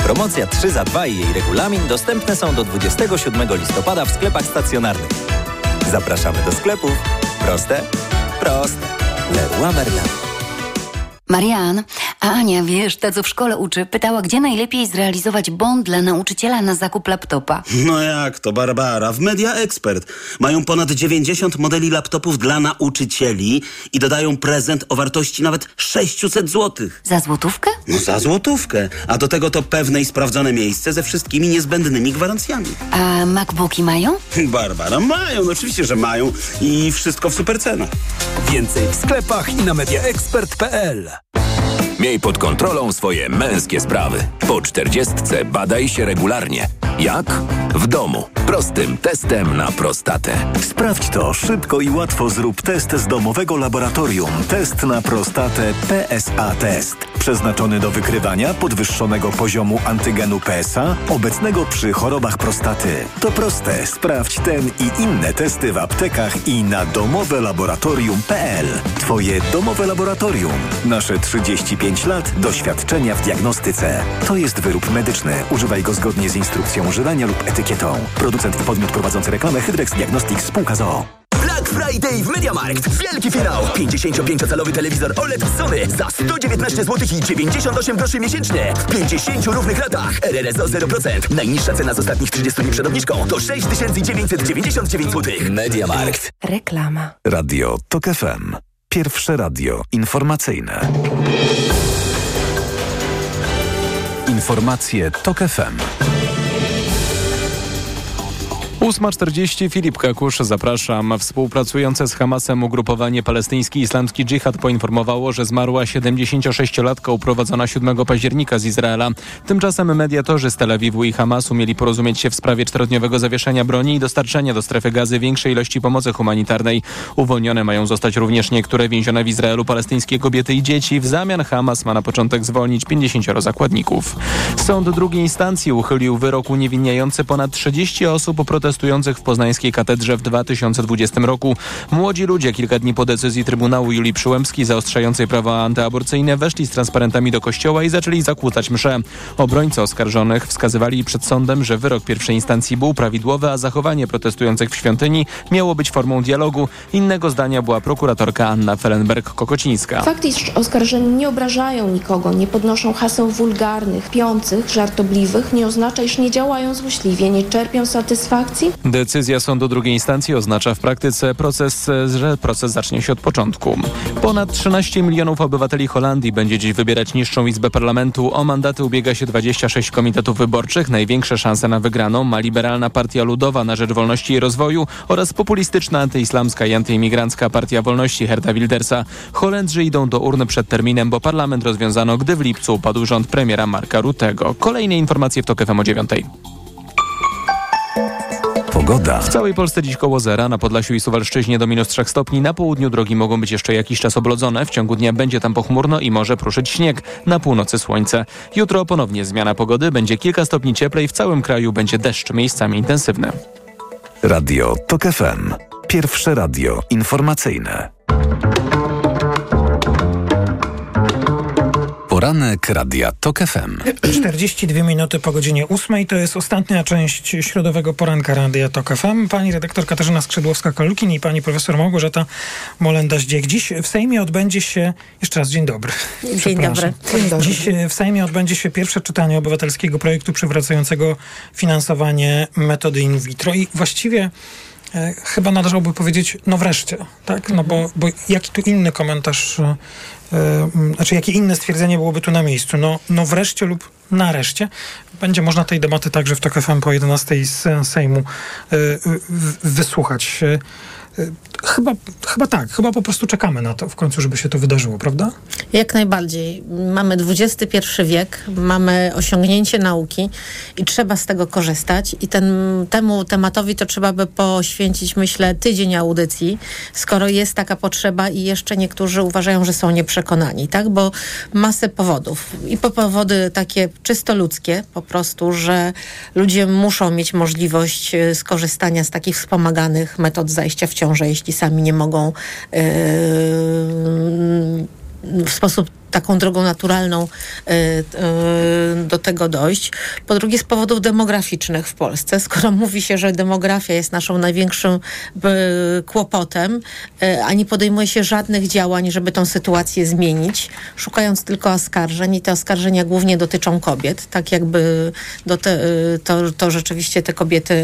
Promocja 3 za 2 i jej regulamin dostępne są do 27 listopada w sklepach stacjonarnych. Zapraszamy do sklepów. Proste? Proste. Leroy Merlin. Marian, a Ania, wiesz, ta co w szkole uczy, pytała, gdzie najlepiej zrealizować bon dla nauczyciela na zakup laptopa. No jak to, Barbara? W Media Expert mają ponad 90 modeli laptopów dla nauczycieli i dodają prezent o wartości nawet 600 zł. Za złotówkę? No za złotówkę. A do tego to pewne i sprawdzone miejsce ze wszystkimi niezbędnymi gwarancjami. A MacBooki mają? Barbara, mają, no oczywiście, że mają i wszystko w supercenach. Więcej w sklepach i na mediaexpert.pl. Miej pod kontrolą swoje męskie sprawy. Po 40 badaj się regularnie. Jak? W domu. Prostym testem na prostatę. Sprawdź to szybko i łatwo. Zrób test z domowego laboratorium. Test na prostatę PSA Test. Przeznaczony do wykrywania podwyższonego poziomu antygenu PSA obecnego przy chorobach prostaty. To proste. Sprawdź ten i inne testy w aptekach i na domowelaboratorium.pl. Twoje domowe laboratorium. Nasze 35 lat doświadczenia w diagnostyce. To jest wyrób medyczny. Używaj go zgodnie z instrukcją używania lub etykietą. Producent i podmiot prowadzący reklamę Hydrex Diagnostics Spółka z o.o. Black Friday w MediaMarkt. Wielki finał. 55-calowy telewizor OLED Sony za 119 zł i 98 groszy miesięcznie. W 50 równych latach. RRSO 0%. Najniższa cena z ostatnich 30 dni przed obniżką to 6999 zł. MediaMarkt. Reklama. Radio TOK FM. Pierwsze radio informacyjne. Informacje TOK FM. 8:40, Filip Kakusz, zapraszam. Współpracujące z Hamasem ugrupowanie palestyński Islamski Dżihad poinformowało, że zmarła 76-latka uprowadzona 7 października z Izraela. Tymczasem mediatorzy z Tel Awiwu i Hamasu mieli porozumieć się w sprawie 4-dniowego zawieszenia broni i dostarczenia do strefy Gazy większej ilości pomocy humanitarnej. Uwolnione mają zostać również niektóre więzione w Izraelu palestyńskie kobiety i dzieci. W zamian Hamas ma na początek zwolnić 50 zakładników. Sąd drugiej instancji uchylił wyrok uniewinniający ponad 30 osób protestujących w poznańskiej katedrze w 2020 roku. Młodzi ludzie kilka dni po decyzji Trybunału Julii Przyłębskiej zaostrzającej prawa antyaborcyjne weszli z transparentami do kościoła i zaczęli zakłócać mszę. Obrońcy oskarżonych wskazywali przed sądem, że wyrok pierwszej instancji był prawidłowy, a zachowanie protestujących w świątyni miało być formą dialogu. Innego zdania była prokuratorka Anna Fellenberg-Kokocińska. Fakt, iż oskarżeni nie obrażają nikogo, nie podnoszą haseł wulgarnych, piących, żartobliwych, nie oznacza, iż nie działają złośliwie, nie czerpią satysfakcji. Decyzja sądu drugiej instancji oznacza w praktyce że proces zacznie się od początku. Ponad 13 milionów obywateli Holandii będzie dziś wybierać niższą izbę parlamentu. O mandaty ubiega się 26 komitetów wyborczych. Największe szanse na wygraną ma Liberalna Partia Ludowa na rzecz wolności i rozwoju oraz populistyczna, antyislamska i antyimigrancka Partia Wolności Geerta Wildersa. Holendrzy idą do urny przed terminem, bo parlament rozwiązano, gdy w lipcu upadł rząd premiera Marka Ruttego. Kolejne informacje w TOK FM o 9:00. Pogoda. W całej Polsce dziś koło zera, na Podlasiu i Suwalszczyźnie do -3 stopni. Na południu drogi mogą być jeszcze jakiś czas oblodzone. W ciągu dnia będzie tam pochmurno i może pruszyć śnieg. Na północy słońce. Jutro ponownie zmiana pogody. Będzie kilka stopni cieplej. W całym kraju będzie deszcz, miejscami intensywny. Radio TOK FM. Pierwsze radio informacyjne. Poranek Radia TOK FM. 42 minuty po godzinie 8. To jest ostatnia część środowego poranka Radia TOK FM. Pani redaktor Katarzyna Skrzydłowska-Kolkin i pani profesor Małgorzata Molenda-Zdziech. Dziś w Sejmie odbędzie się... Jeszcze raz dzień dobry. Dzień dobry. Dziś w Sejmie odbędzie się pierwsze czytanie obywatelskiego projektu przywracającego finansowanie metody in vitro. I właściwie chyba należałoby powiedzieć, no wreszcie, tak? No bo jaki tu inny komentarz, jakie inne stwierdzenie byłoby tu na miejscu? No wreszcie lub nareszcie. Będzie można tej debaty także w TOK FM po 11:00 z Sejmu wysłuchać. Chyba tak. Chyba po prostu czekamy na to w końcu, żeby się to wydarzyło, prawda? Jak najbardziej. Mamy XXI wiek, mamy osiągnięcie nauki i trzeba z tego korzystać i temu tematowi to trzeba by poświęcić, myślę, tydzień audycji, skoro jest taka potrzeba i jeszcze niektórzy uważają, że są nieprzekonani, tak? Bo masę powodów. I powody takie czysto ludzkie, po prostu, że ludzie muszą mieć możliwość skorzystania z takich wspomaganych metod zajścia w ciążę, jeśli sami nie mogą w sposób taką drogą naturalną do tego dojść. Po drugie, z powodów demograficznych w Polsce. Skoro mówi się, że demografia jest naszą największym kłopotem, a nie podejmuje się żadnych działań, żeby tą sytuację zmienić, szukając tylko oskarżeń i te oskarżenia głównie dotyczą kobiet, tak jakby to rzeczywiście te kobiety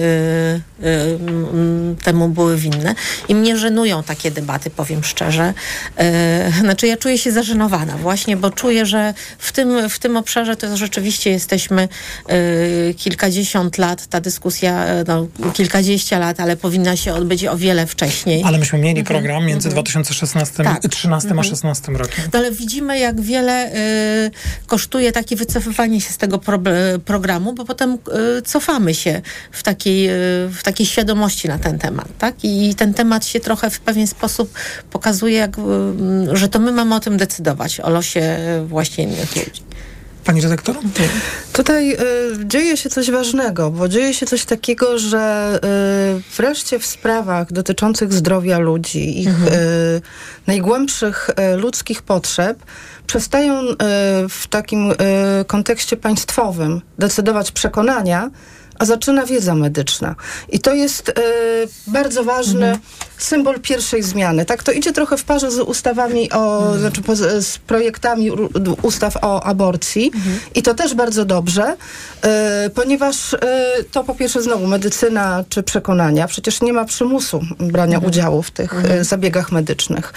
temu były winne. I mnie żenują takie debaty, powiem szczerze. Znaczy ja czuję się zażenowana właśnie, bo czuję, że w tym obszarze to rzeczywiście jesteśmy kilkadziesiąt lat, ta dyskusja, kilkadziesiąt lat, ale powinna się odbyć o wiele wcześniej. Ale myśmy mieli program między 2013 a 2016 rokiem. No, ale widzimy, jak wiele kosztuje takie wycofywanie się z tego programu, bo potem cofamy się w takiej świadomości na ten temat, tak? I ten temat się trochę w pewien sposób pokazuje, że to my mamy o tym decydować, o losie właśnie innych ludzi. Pani redaktor? Tutaj dzieje się coś ważnego, bo dzieje się coś takiego, że wreszcie w sprawach dotyczących zdrowia ludzi, ich najgłębszych ludzkich potrzeb, przestają w takim kontekście państwowym decydować przekonania, a zaczyna wiedza medyczna. I to jest bardzo ważny symbol pierwszej zmiany. Tak, to idzie trochę w parze z ustawami z projektami ustaw o aborcji. I to też bardzo dobrze, ponieważ to po pierwsze znowu medycyna czy przekonania. Przecież nie ma przymusu brania udziału w tych zabiegach medycznych.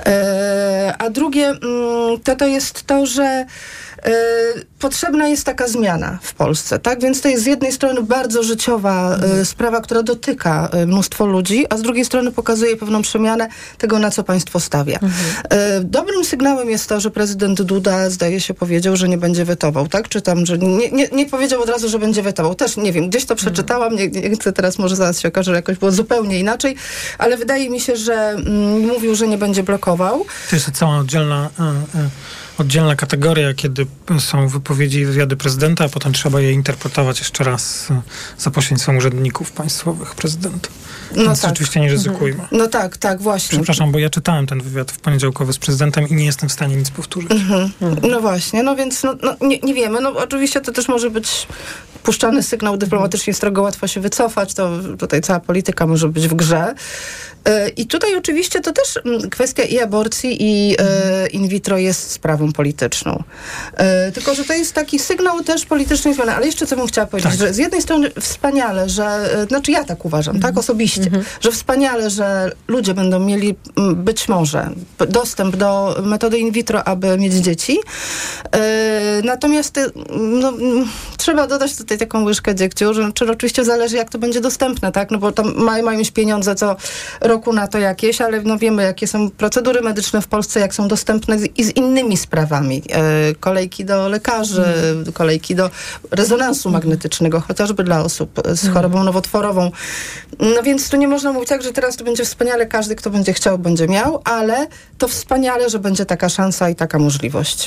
A drugie to jest to, że potrzebna jest taka zmiana w Polsce, tak? Więc to jest z jednej strony bardzo życiowa sprawa, która dotyka mnóstwo ludzi, a z drugiej strony pokazuje pewną przemianę tego, na co państwo stawia. Dobrym sygnałem jest to, że prezydent Duda, zdaje się, powiedział, że nie będzie wetował, tak? Czytam, że nie powiedział od razu, że będzie wetował. Też nie wiem, gdzieś to przeczytałam, nie chcę teraz, może zaraz się okaże, że jakoś było zupełnie inaczej, ale wydaje mi się, że mówił, że nie będzie blokował. To jest cała oddzielna kategoria, kiedy są wypowiedzi i wywiady prezydenta, a potem trzeba je interpretować jeszcze raz za pośrednictwem urzędników państwowych prezydenta. Więc tak. Rzeczywiście nie ryzykujmy. No tak, właśnie. Przepraszam, bo ja czytałem ten wywiad w poniedziałkowy z prezydentem i nie jestem w stanie nic powtórzyć. No właśnie, no więc nie wiemy. No oczywiście to też może być puszczany sygnał dyplomatycznie, z którego łatwo się wycofać. To tutaj cała polityka może być w grze. I tutaj oczywiście to też kwestia i aborcji, i in vitro jest sprawą polityczną. Tylko, że to jest taki sygnał też politycznej zmiany. Ale jeszcze co bym chciała powiedzieć, że z jednej strony wspaniale, że, znaczy ja tak uważam, tak osobiście, że wspaniale, że ludzie będą mieli być może dostęp do metody in vitro, aby mieć dzieci. Natomiast trzeba dodać tutaj taką łyżkę dziegciu, że oczywiście zależy, jak to będzie dostępne, tak? No bo tam mają mieć pieniądze co roku na to jakieś, ale wiemy, jakie są procedury medyczne w Polsce, jak są dostępne i z innymi sprawami. Kolejki do lekarzy, kolejki do rezonansu magnetycznego, chociażby dla osób z chorobą nowotworową. No więc tu nie można mówić tak, że teraz to będzie wspaniale, każdy, kto będzie chciał, będzie miał, ale to wspaniale, że będzie taka szansa i taka możliwość.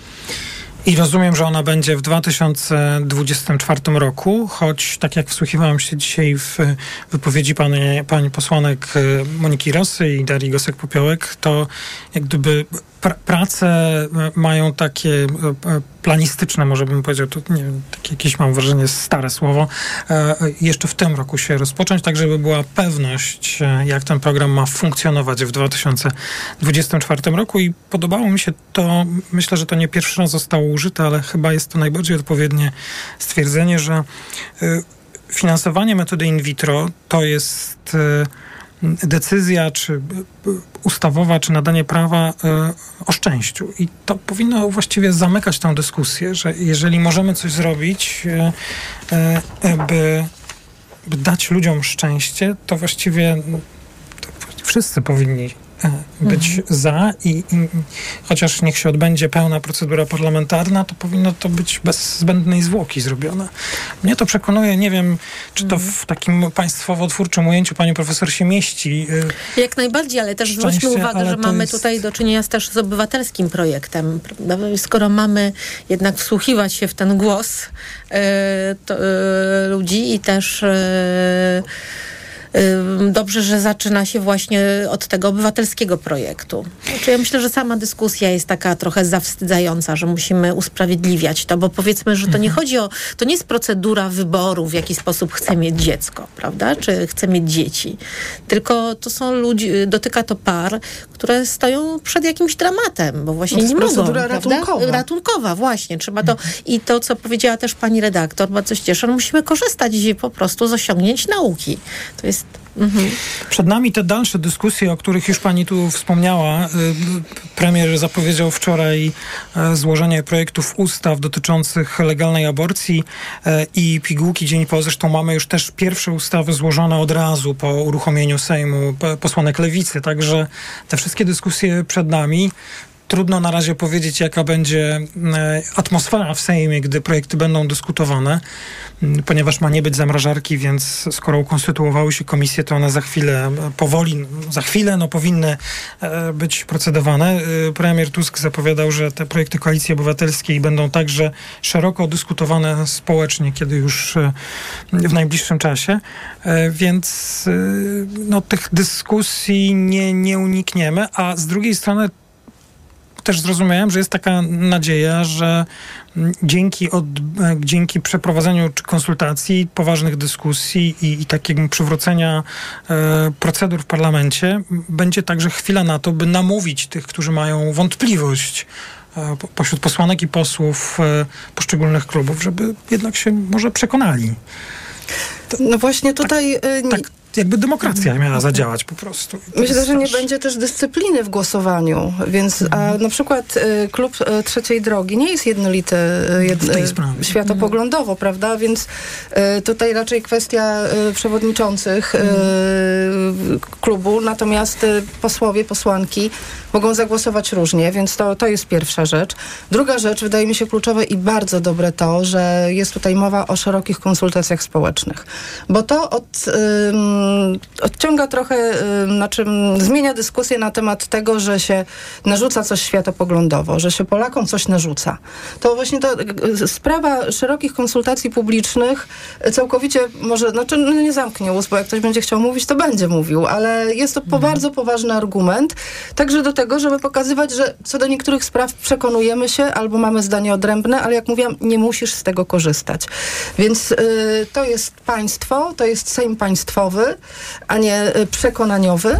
I rozumiem, że ona będzie w 2024 roku, choć tak jak wsłuchiwałem się dzisiaj w wypowiedzi pani posłanek Moniki Rosy i Darii Gosek-Popiołek, to jak gdyby prace mają takie planistyczne, może bym powiedział, to nie wiem, takie jakieś, mam wrażenie, stare słowo, jeszcze w tym roku się rozpocząć, tak żeby była pewność, jak ten program ma funkcjonować w 2024 roku i podobało mi się to, myślę, że to nie pierwszy raz zostało użyte, ale chyba jest to najbardziej odpowiednie stwierdzenie, że finansowanie metody in vitro to jest decyzja, czy ustawowa, czy nadanie prawa o szczęściu. I to powinno właściwie zamykać tę dyskusję, że jeżeli możemy coś zrobić, by dać ludziom szczęście, to właściwie wszyscy powinni być za i chociaż niech się odbędzie pełna procedura parlamentarna, to powinno to być bez zbędnej zwłoki zrobione. Mnie to przekonuje, nie wiem, czy to w takim państwowo-twórczym ujęciu pani profesor się mieści. Jak najbardziej, ale też zwróćmy uwagę, że mamy tutaj do czynienia też z obywatelskim projektem. Skoro mamy jednak wsłuchiwać się w ten głos ludzi i też dobrze, że zaczyna się właśnie od tego obywatelskiego projektu. Znaczy, ja myślę, że sama dyskusja jest taka trochę zawstydzająca, że musimy usprawiedliwiać to, bo powiedzmy, że to nie chodzi o, to nie jest procedura wyboru, w jaki sposób chcę mieć dziecko, prawda? Czy chcę mieć dzieci. Tylko to są ludzie, dotyka to par, które stoją przed jakimś dramatem, bo właśnie nie mogą. Procedura ratunkowa. Ratunkowa, właśnie. Trzeba to, i to, co powiedziała też pani redaktor, bardzo się cieszę, musimy korzystać po prostu z osiągnięć nauki. To jest... Przed nami te dalsze dyskusje, o których już pani tu wspomniała. Premier zapowiedział wczoraj złożenie projektów ustaw dotyczących legalnej aborcji i pigułki dzień po. Zresztą mamy już też pierwsze ustawy złożone od razu po uruchomieniu Sejmu posłanek Lewicy. Także te wszystkie dyskusje przed nami. Trudno na razie powiedzieć, jaka będzie atmosfera w Sejmie, gdy projekty będą dyskutowane, ponieważ ma nie być zamrażarki, więc skoro ukonstytuowały się komisje, to one za chwilę powinny być procedowane. Premier Tusk zapowiadał, że te projekty Koalicji Obywatelskiej będą także szeroko dyskutowane społecznie, kiedy już w najbliższym czasie, więc tych dyskusji nie unikniemy, a z drugiej strony też zrozumiałem, że jest taka nadzieja, że dzięki przeprowadzeniu czy konsultacji, poważnych dyskusji i takiego przywrócenia procedur w parlamencie będzie także chwila na to, by namówić tych, którzy mają wątpliwość pośród posłanek i posłów poszczególnych klubów, żeby jednak się może przekonali. No właśnie tutaj... Jakby demokracja miała zadziałać po prostu. Myślę, że nie będzie też dyscypliny w głosowaniu, więc na przykład klub Trzeciej Drogi nie jest jednolity światopoglądowo, prawda? Więc tutaj raczej kwestia przewodniczących klubu, natomiast posłowie, posłanki mogą zagłosować różnie, więc to jest pierwsza rzecz. Druga rzecz, wydaje mi się kluczowe i bardzo dobre to, że jest tutaj mowa o szerokich konsultacjach społecznych, bo to odciąga trochę, zmienia dyskusję na temat tego, że się narzuca coś światopoglądowo, że się Polakom coś narzuca. To właśnie sprawa szerokich konsultacji publicznych całkowicie może, nie zamknie ust, bo jak ktoś będzie chciał mówić, to będzie mówił, ale jest to bardzo poważny argument, także do tego, żeby pokazywać, że co do niektórych spraw przekonujemy się albo mamy zdanie odrębne, ale jak mówiłam, nie musisz z tego korzystać. Więc to jest państwo, to jest Sejm państwowy, a nie przekonaniowy.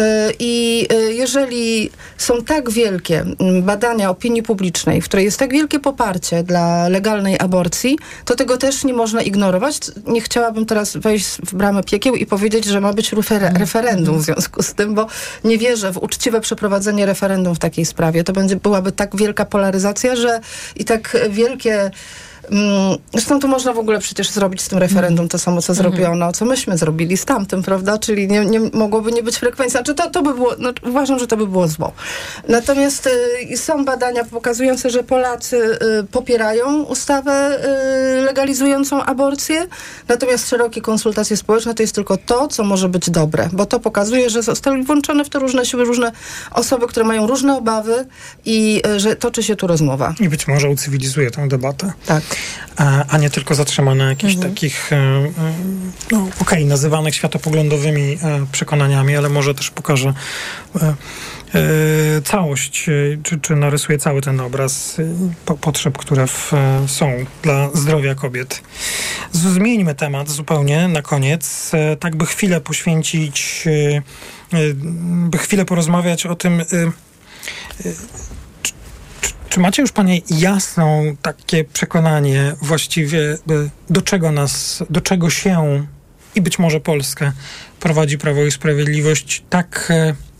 I jeżeli są tak wielkie badania opinii publicznej, w której jest tak wielkie poparcie dla legalnej aborcji, to tego też nie można ignorować. Nie chciałabym teraz wejść w bramę piekieł i powiedzieć, że ma być referendum w związku z tym, bo nie wierzę w uczciwe przeprowadzenie referendum w takiej sprawie. To byłaby tak wielka polaryzacja, że i tak wielkie... Zresztą to można w ogóle przecież zrobić z tym referendum to samo, co zrobiono, co myśmy zrobili z tamtym, prawda? Czyli nie mogłoby nie być frekwencji. Znaczy to by było, uważam, że to by było zło. Natomiast są badania pokazujące, że Polacy popierają ustawę legalizującą aborcję, natomiast szerokie konsultacje społeczne to jest tylko to, co może być dobre, bo to pokazuje, że zostały włączone w to różne siły, różne osoby, które mają różne obawy i że toczy się tu rozmowa. I być może ucywilizuje tę debatę. Tak. A nie tylko zatrzymane jakichś takich nazywanych światopoglądowymi przekonaniami, ale może też pokaże całość, czy narysuje cały ten obraz potrzeb, które są dla zdrowia kobiet. Zmieńmy temat zupełnie na koniec, tak by chwilę poświęcić, by chwilę porozmawiać o tym, czy macie już panie jasną takie przekonanie właściwie, do czego się i być może Polskę prowadzi Prawo i Sprawiedliwość, tak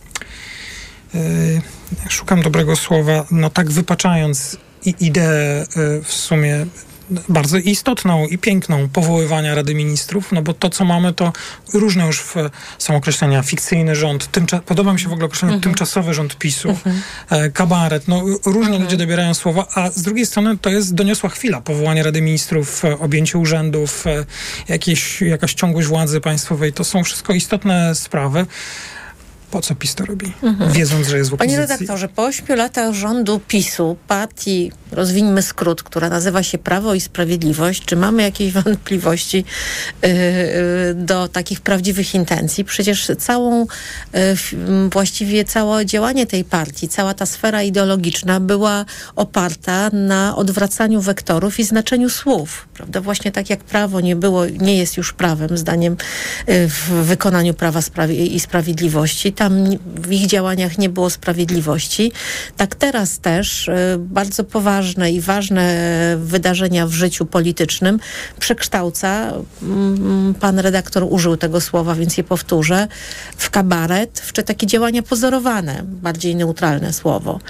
szukam dobrego słowa, tak wypaczając ideę w sumie bardzo istotną i piękną powoływania Rady Ministrów, bo to, co mamy, to różne już są określenia. Fikcyjny rząd, podoba mi się w ogóle określenie tymczasowy rząd PiS-u, kabaret, różnie ludzie dobierają słowa, a z drugiej strony to jest doniosła chwila. Powołanie Rady Ministrów, objęcie urzędów, jakaś ciągłość władzy państwowej, to są wszystko istotne sprawy. Po co PiS to robi? Wiedząc, że jest w opozycji. Panie redaktorze, po 8 latach rządu PiS-u, partii, rozwijmy skrót, która nazywa się Prawo i Sprawiedliwość, czy mamy jakieś wątpliwości do takich prawdziwych intencji? Przecież właściwie całe działanie tej partii, cała ta sfera ideologiczna była oparta na odwracaniu wektorów i znaczeniu słów, prawda? Właśnie tak jak prawo nie jest już prawem, zdaniem w wykonaniu Prawa i Sprawiedliwości. Tam w ich działaniach nie było sprawiedliwości. Tak teraz też bardzo poważne i ważne wydarzenia w życiu politycznym przekształca, pan redaktor użył tego słowa, więc je powtórzę, w kabaret, czy takie działania pozorowane, bardziej neutralne słowo.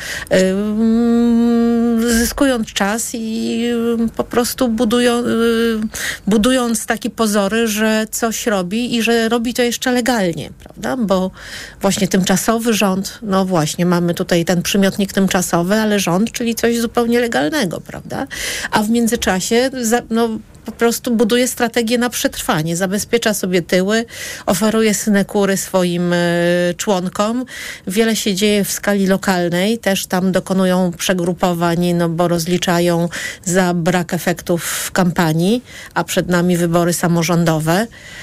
Zyskując czas i po prostu budując takie pozory, że coś robi i że robi to jeszcze legalnie, prawda? Bo właśnie tymczasowy rząd, no właśnie, mamy tutaj ten przymiotnik tymczasowy, ale rząd, czyli coś zupełnie legalnego, prawda? A w międzyczasie po prostu buduje strategię na przetrwanie, zabezpiecza sobie tyły, oferuje synekury swoim członkom. Wiele się dzieje w skali lokalnej, też tam dokonują przegrupowań, bo rozliczają za brak efektów w kampanii, a przed nami wybory samorządowe.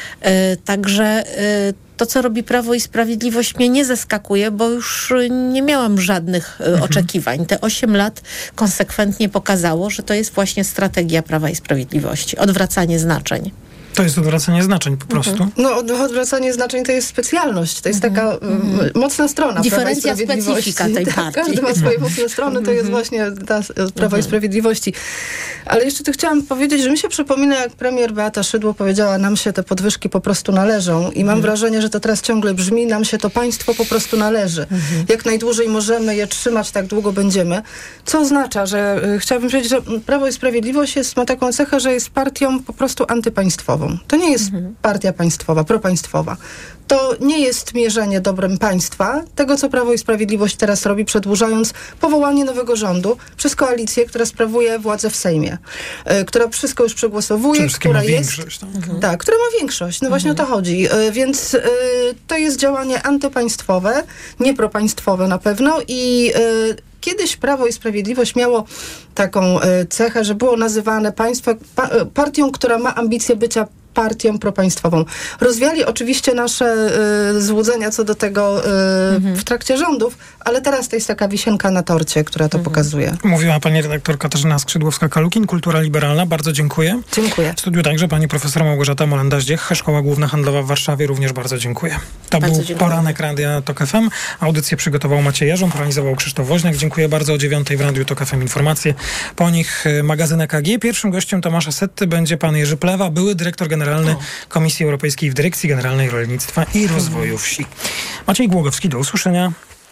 Także to, co robi Prawo i Sprawiedliwość, mnie nie zaskakuje, bo już nie miałam żadnych oczekiwań. Te 8 lat konsekwentnie pokazało, że to jest właśnie strategia Prawa i Sprawiedliwości. Odwracanie znaczeń. To jest odwracanie znaczeń po prostu? No, odwracanie znaczeń to jest specjalność. To jest taka mocna strona diferencja, specyfika tej partii. Każdy ma swoje mocne strony, to jest właśnie ta Prawa i Sprawiedliwości. Ale jeszcze tu chciałam powiedzieć, że mi się przypomina, jak premier Beata Szydło powiedziała, nam się te podwyżki po prostu należą i mam wrażenie, że to teraz ciągle brzmi, nam się to państwo po prostu należy. Jak najdłużej możemy je trzymać, tak długo będziemy. Co oznacza, że chciałabym powiedzieć, że Prawo i Sprawiedliwość ma taką cechę, że jest partią po prostu antypaństwową. To nie jest partia państwowa, propaństwowa. To nie jest mierzenie dobrem państwa, tego co Prawo i Sprawiedliwość teraz robi, przedłużając powołanie nowego rządu przez koalicję, która sprawuje władzę w Sejmie, która wszystko już przegłosowuje, która jest... Tak, która ma większość. No właśnie o to chodzi. Więc to jest działanie antypaństwowe, niepropaństwowe na pewno i kiedyś Prawo i Sprawiedliwość miało taką cechę, że było nazywane partią, która ma ambicje bycia partią propaństwową. Rozwiali oczywiście nasze złudzenia co do tego w trakcie rządów, ale teraz to jest taka wisienka na torcie, która to pokazuje. Mówiła pani redaktor Katarzyna Skrzydłowska-Kalukin, Kultura Liberalna. Bardzo dziękuję. Dziękuję. W studiu także pani profesor Małgorzata Molenda-Zdziech, Szkoła Główna Handlowa w Warszawie. Również bardzo dziękuję. To był Poranek Radia TOK FM. Audycję przygotował Maciej Jarząb, realizował Krzysztof Woźniak. Dziękuję bardzo. O 9:00 w Radiu TOK FM informacje. Po nich magazyn EKG. Pierwszym gościem Tomasza Setty będzie pan Jerzy Plewa, były dyrektor generalny Komisji Europejskiej w Dyrekcji Generalnej Rolnictwa i Rozwoju Wsi. Maciej Głogowski, do usłyszenia.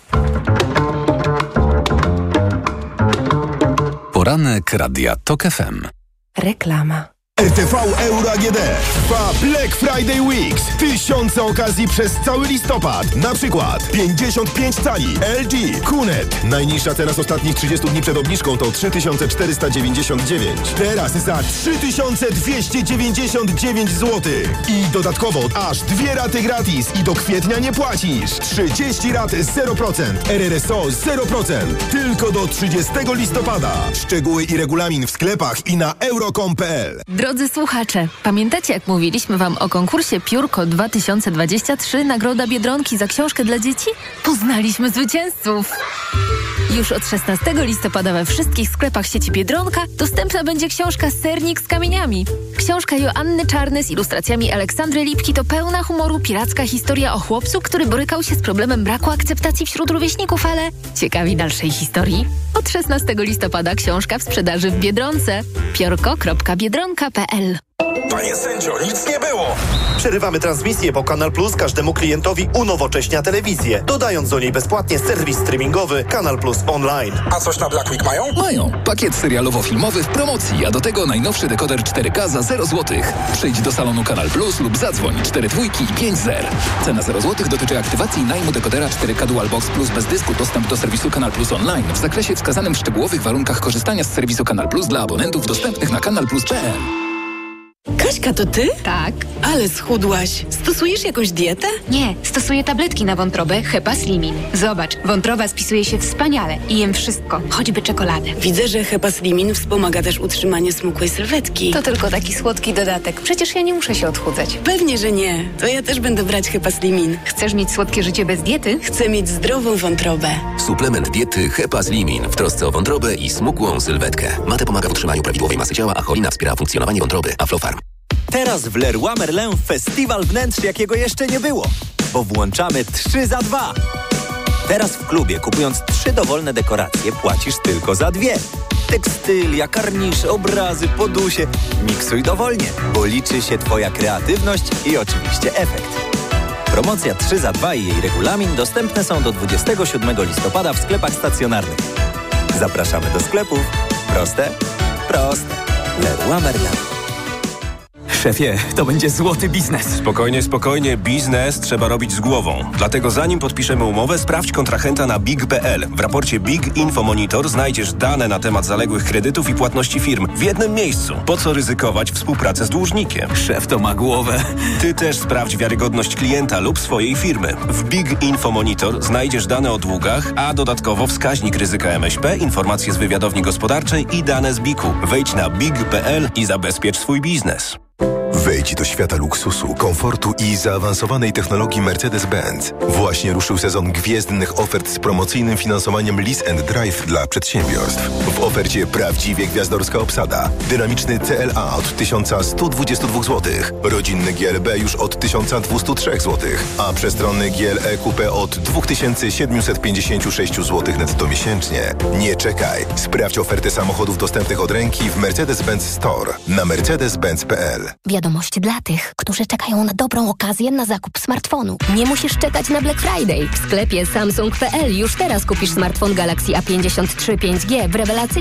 Poranek Radia TOK FM. Reklama. RTV Euro AGD trwa Black Friday Weeks. Tysiące okazji przez cały listopad. Na przykład 55 cali LG Kunet. Najniższa cena z ostatnich 30 dni przed obniżką to 3499. Teraz za 3299 zł. I dodatkowo aż 2 raty gratis i do kwietnia nie płacisz. 30 rat 0%. RRSO 0%. Tylko do 30 listopada. Szczegóły i regulamin w sklepach i na euro.com.pl. Drodzy słuchacze, pamiętacie jak mówiliśmy wam o konkursie Piórko 2023 Nagroda Biedronki za książkę dla dzieci? Poznaliśmy zwycięzców! Już od 16 listopada we wszystkich sklepach sieci Biedronka dostępna będzie książka Sernik z kamieniami. Książka Joanny Czarny z ilustracjami Aleksandry Lipki to pełna humoru piracka historia o chłopcu, który borykał się z problemem braku akceptacji wśród rówieśników, ale ciekawi dalszej historii? Od 16 listopada książka w sprzedaży w Biedronce. piorko.biedronka.pl. Panie sędzio, nic nie było! Przerywamy transmisję, bo Kanal Plus każdemu klientowi unowocześnia telewizję, dodając do niej bezpłatnie serwis streamingowy Kanal Plus Online. A coś na Black Week mają? Mają. Pakiet serialowo-filmowy w promocji, a do tego najnowszy dekoder 4K za 0 zł. Przyjdź do salonu Kanal Plus lub zadzwoń 4 dwójki i 5 zer. Cena 0 zł dotyczy aktywacji i najmu dekodera 4K Dual Box Plus bez dysku, dostęp do serwisu Kanal Plus Online w zakresie wskazanym w szczegółowych warunkach korzystania z serwisu Kanal Plus dla abonentów dostępnych na kanalplus.pl. Kaśka, to ty? Tak. Ale schudłaś. Stosujesz jakąś dietę? Nie, stosuję tabletki na wątrobę Hepaslimin. Zobacz, wątroba spisuje się wspaniale i jem wszystko, choćby czekoladę. Widzę, że Hepaslimin wspomaga też utrzymanie smukłej sylwetki. To tylko taki słodki dodatek. Przecież ja nie muszę się odchudzać. Pewnie, że nie. To ja też będę brać Hepaslimin. Chcesz mieć słodkie życie bez diety? Chcę mieć zdrową wątrobę. Suplement diety Hepaslimin w trosce o wątrobę i smukłą sylwetkę. Mate pomaga w utrzymaniu prawidłowej masy ciała, a cholina wspiera funkcjonowanie wątroby. Aflofarm. Teraz w Leroy Merlin festiwal wnętrz, jakiego jeszcze nie było, bo włączamy 3 za 2. Teraz w klubie, kupując 3 dowolne dekoracje, płacisz tylko za 2. Tekstylia, karnisze, obrazy, podusie. Miksuj dowolnie, bo liczy się Twoja kreatywność i oczywiście efekt. Promocja 3 za 2 i jej regulamin dostępne są do 27 listopada w sklepach stacjonarnych. Zapraszamy do sklepów. Proste? Proste. Leroy Merlin. Szefie, to będzie złoty biznes. Spokojnie, biznes trzeba robić z głową. Dlatego zanim podpiszemy umowę, sprawdź kontrahenta na big.pl. W raporcie Big Info Monitor znajdziesz dane na temat zaległych kredytów i płatności firm w jednym miejscu. Po co ryzykować współpracę z dłużnikiem? Szef to ma głowę. Ty też sprawdź wiarygodność klienta lub swojej firmy. W Big Info Monitor znajdziesz dane o długach, a dodatkowo wskaźnik ryzyka MŚP, informacje z wywiadowni gospodarczej i dane z BIK-u. Wejdź na big.pl i zabezpiecz swój biznes. Wejdź do świata luksusu, komfortu i zaawansowanej technologii Mercedes-Benz. Właśnie ruszył sezon gwiezdnych ofert z promocyjnym finansowaniem Lease and Drive dla przedsiębiorstw. W ofercie prawdziwie gwiazdorska obsada. Dynamiczny CLA od 1122 zł. Rodzinny GLB już od 1203 zł. A przestronny GLE Coupe od 2756 zł netto miesięcznie. Nie czekaj. Sprawdź ofertę samochodów dostępnych od ręki w Mercedes-Benz Store na mercedes-benz.pl. Wiadomość dla tych, którzy czekają na dobrą okazję na zakup smartfonu. Nie musisz czekać na Black Friday. W sklepie Samsung.pl już teraz kupisz smartfon Galaxy A53 5G w rewelacyjnej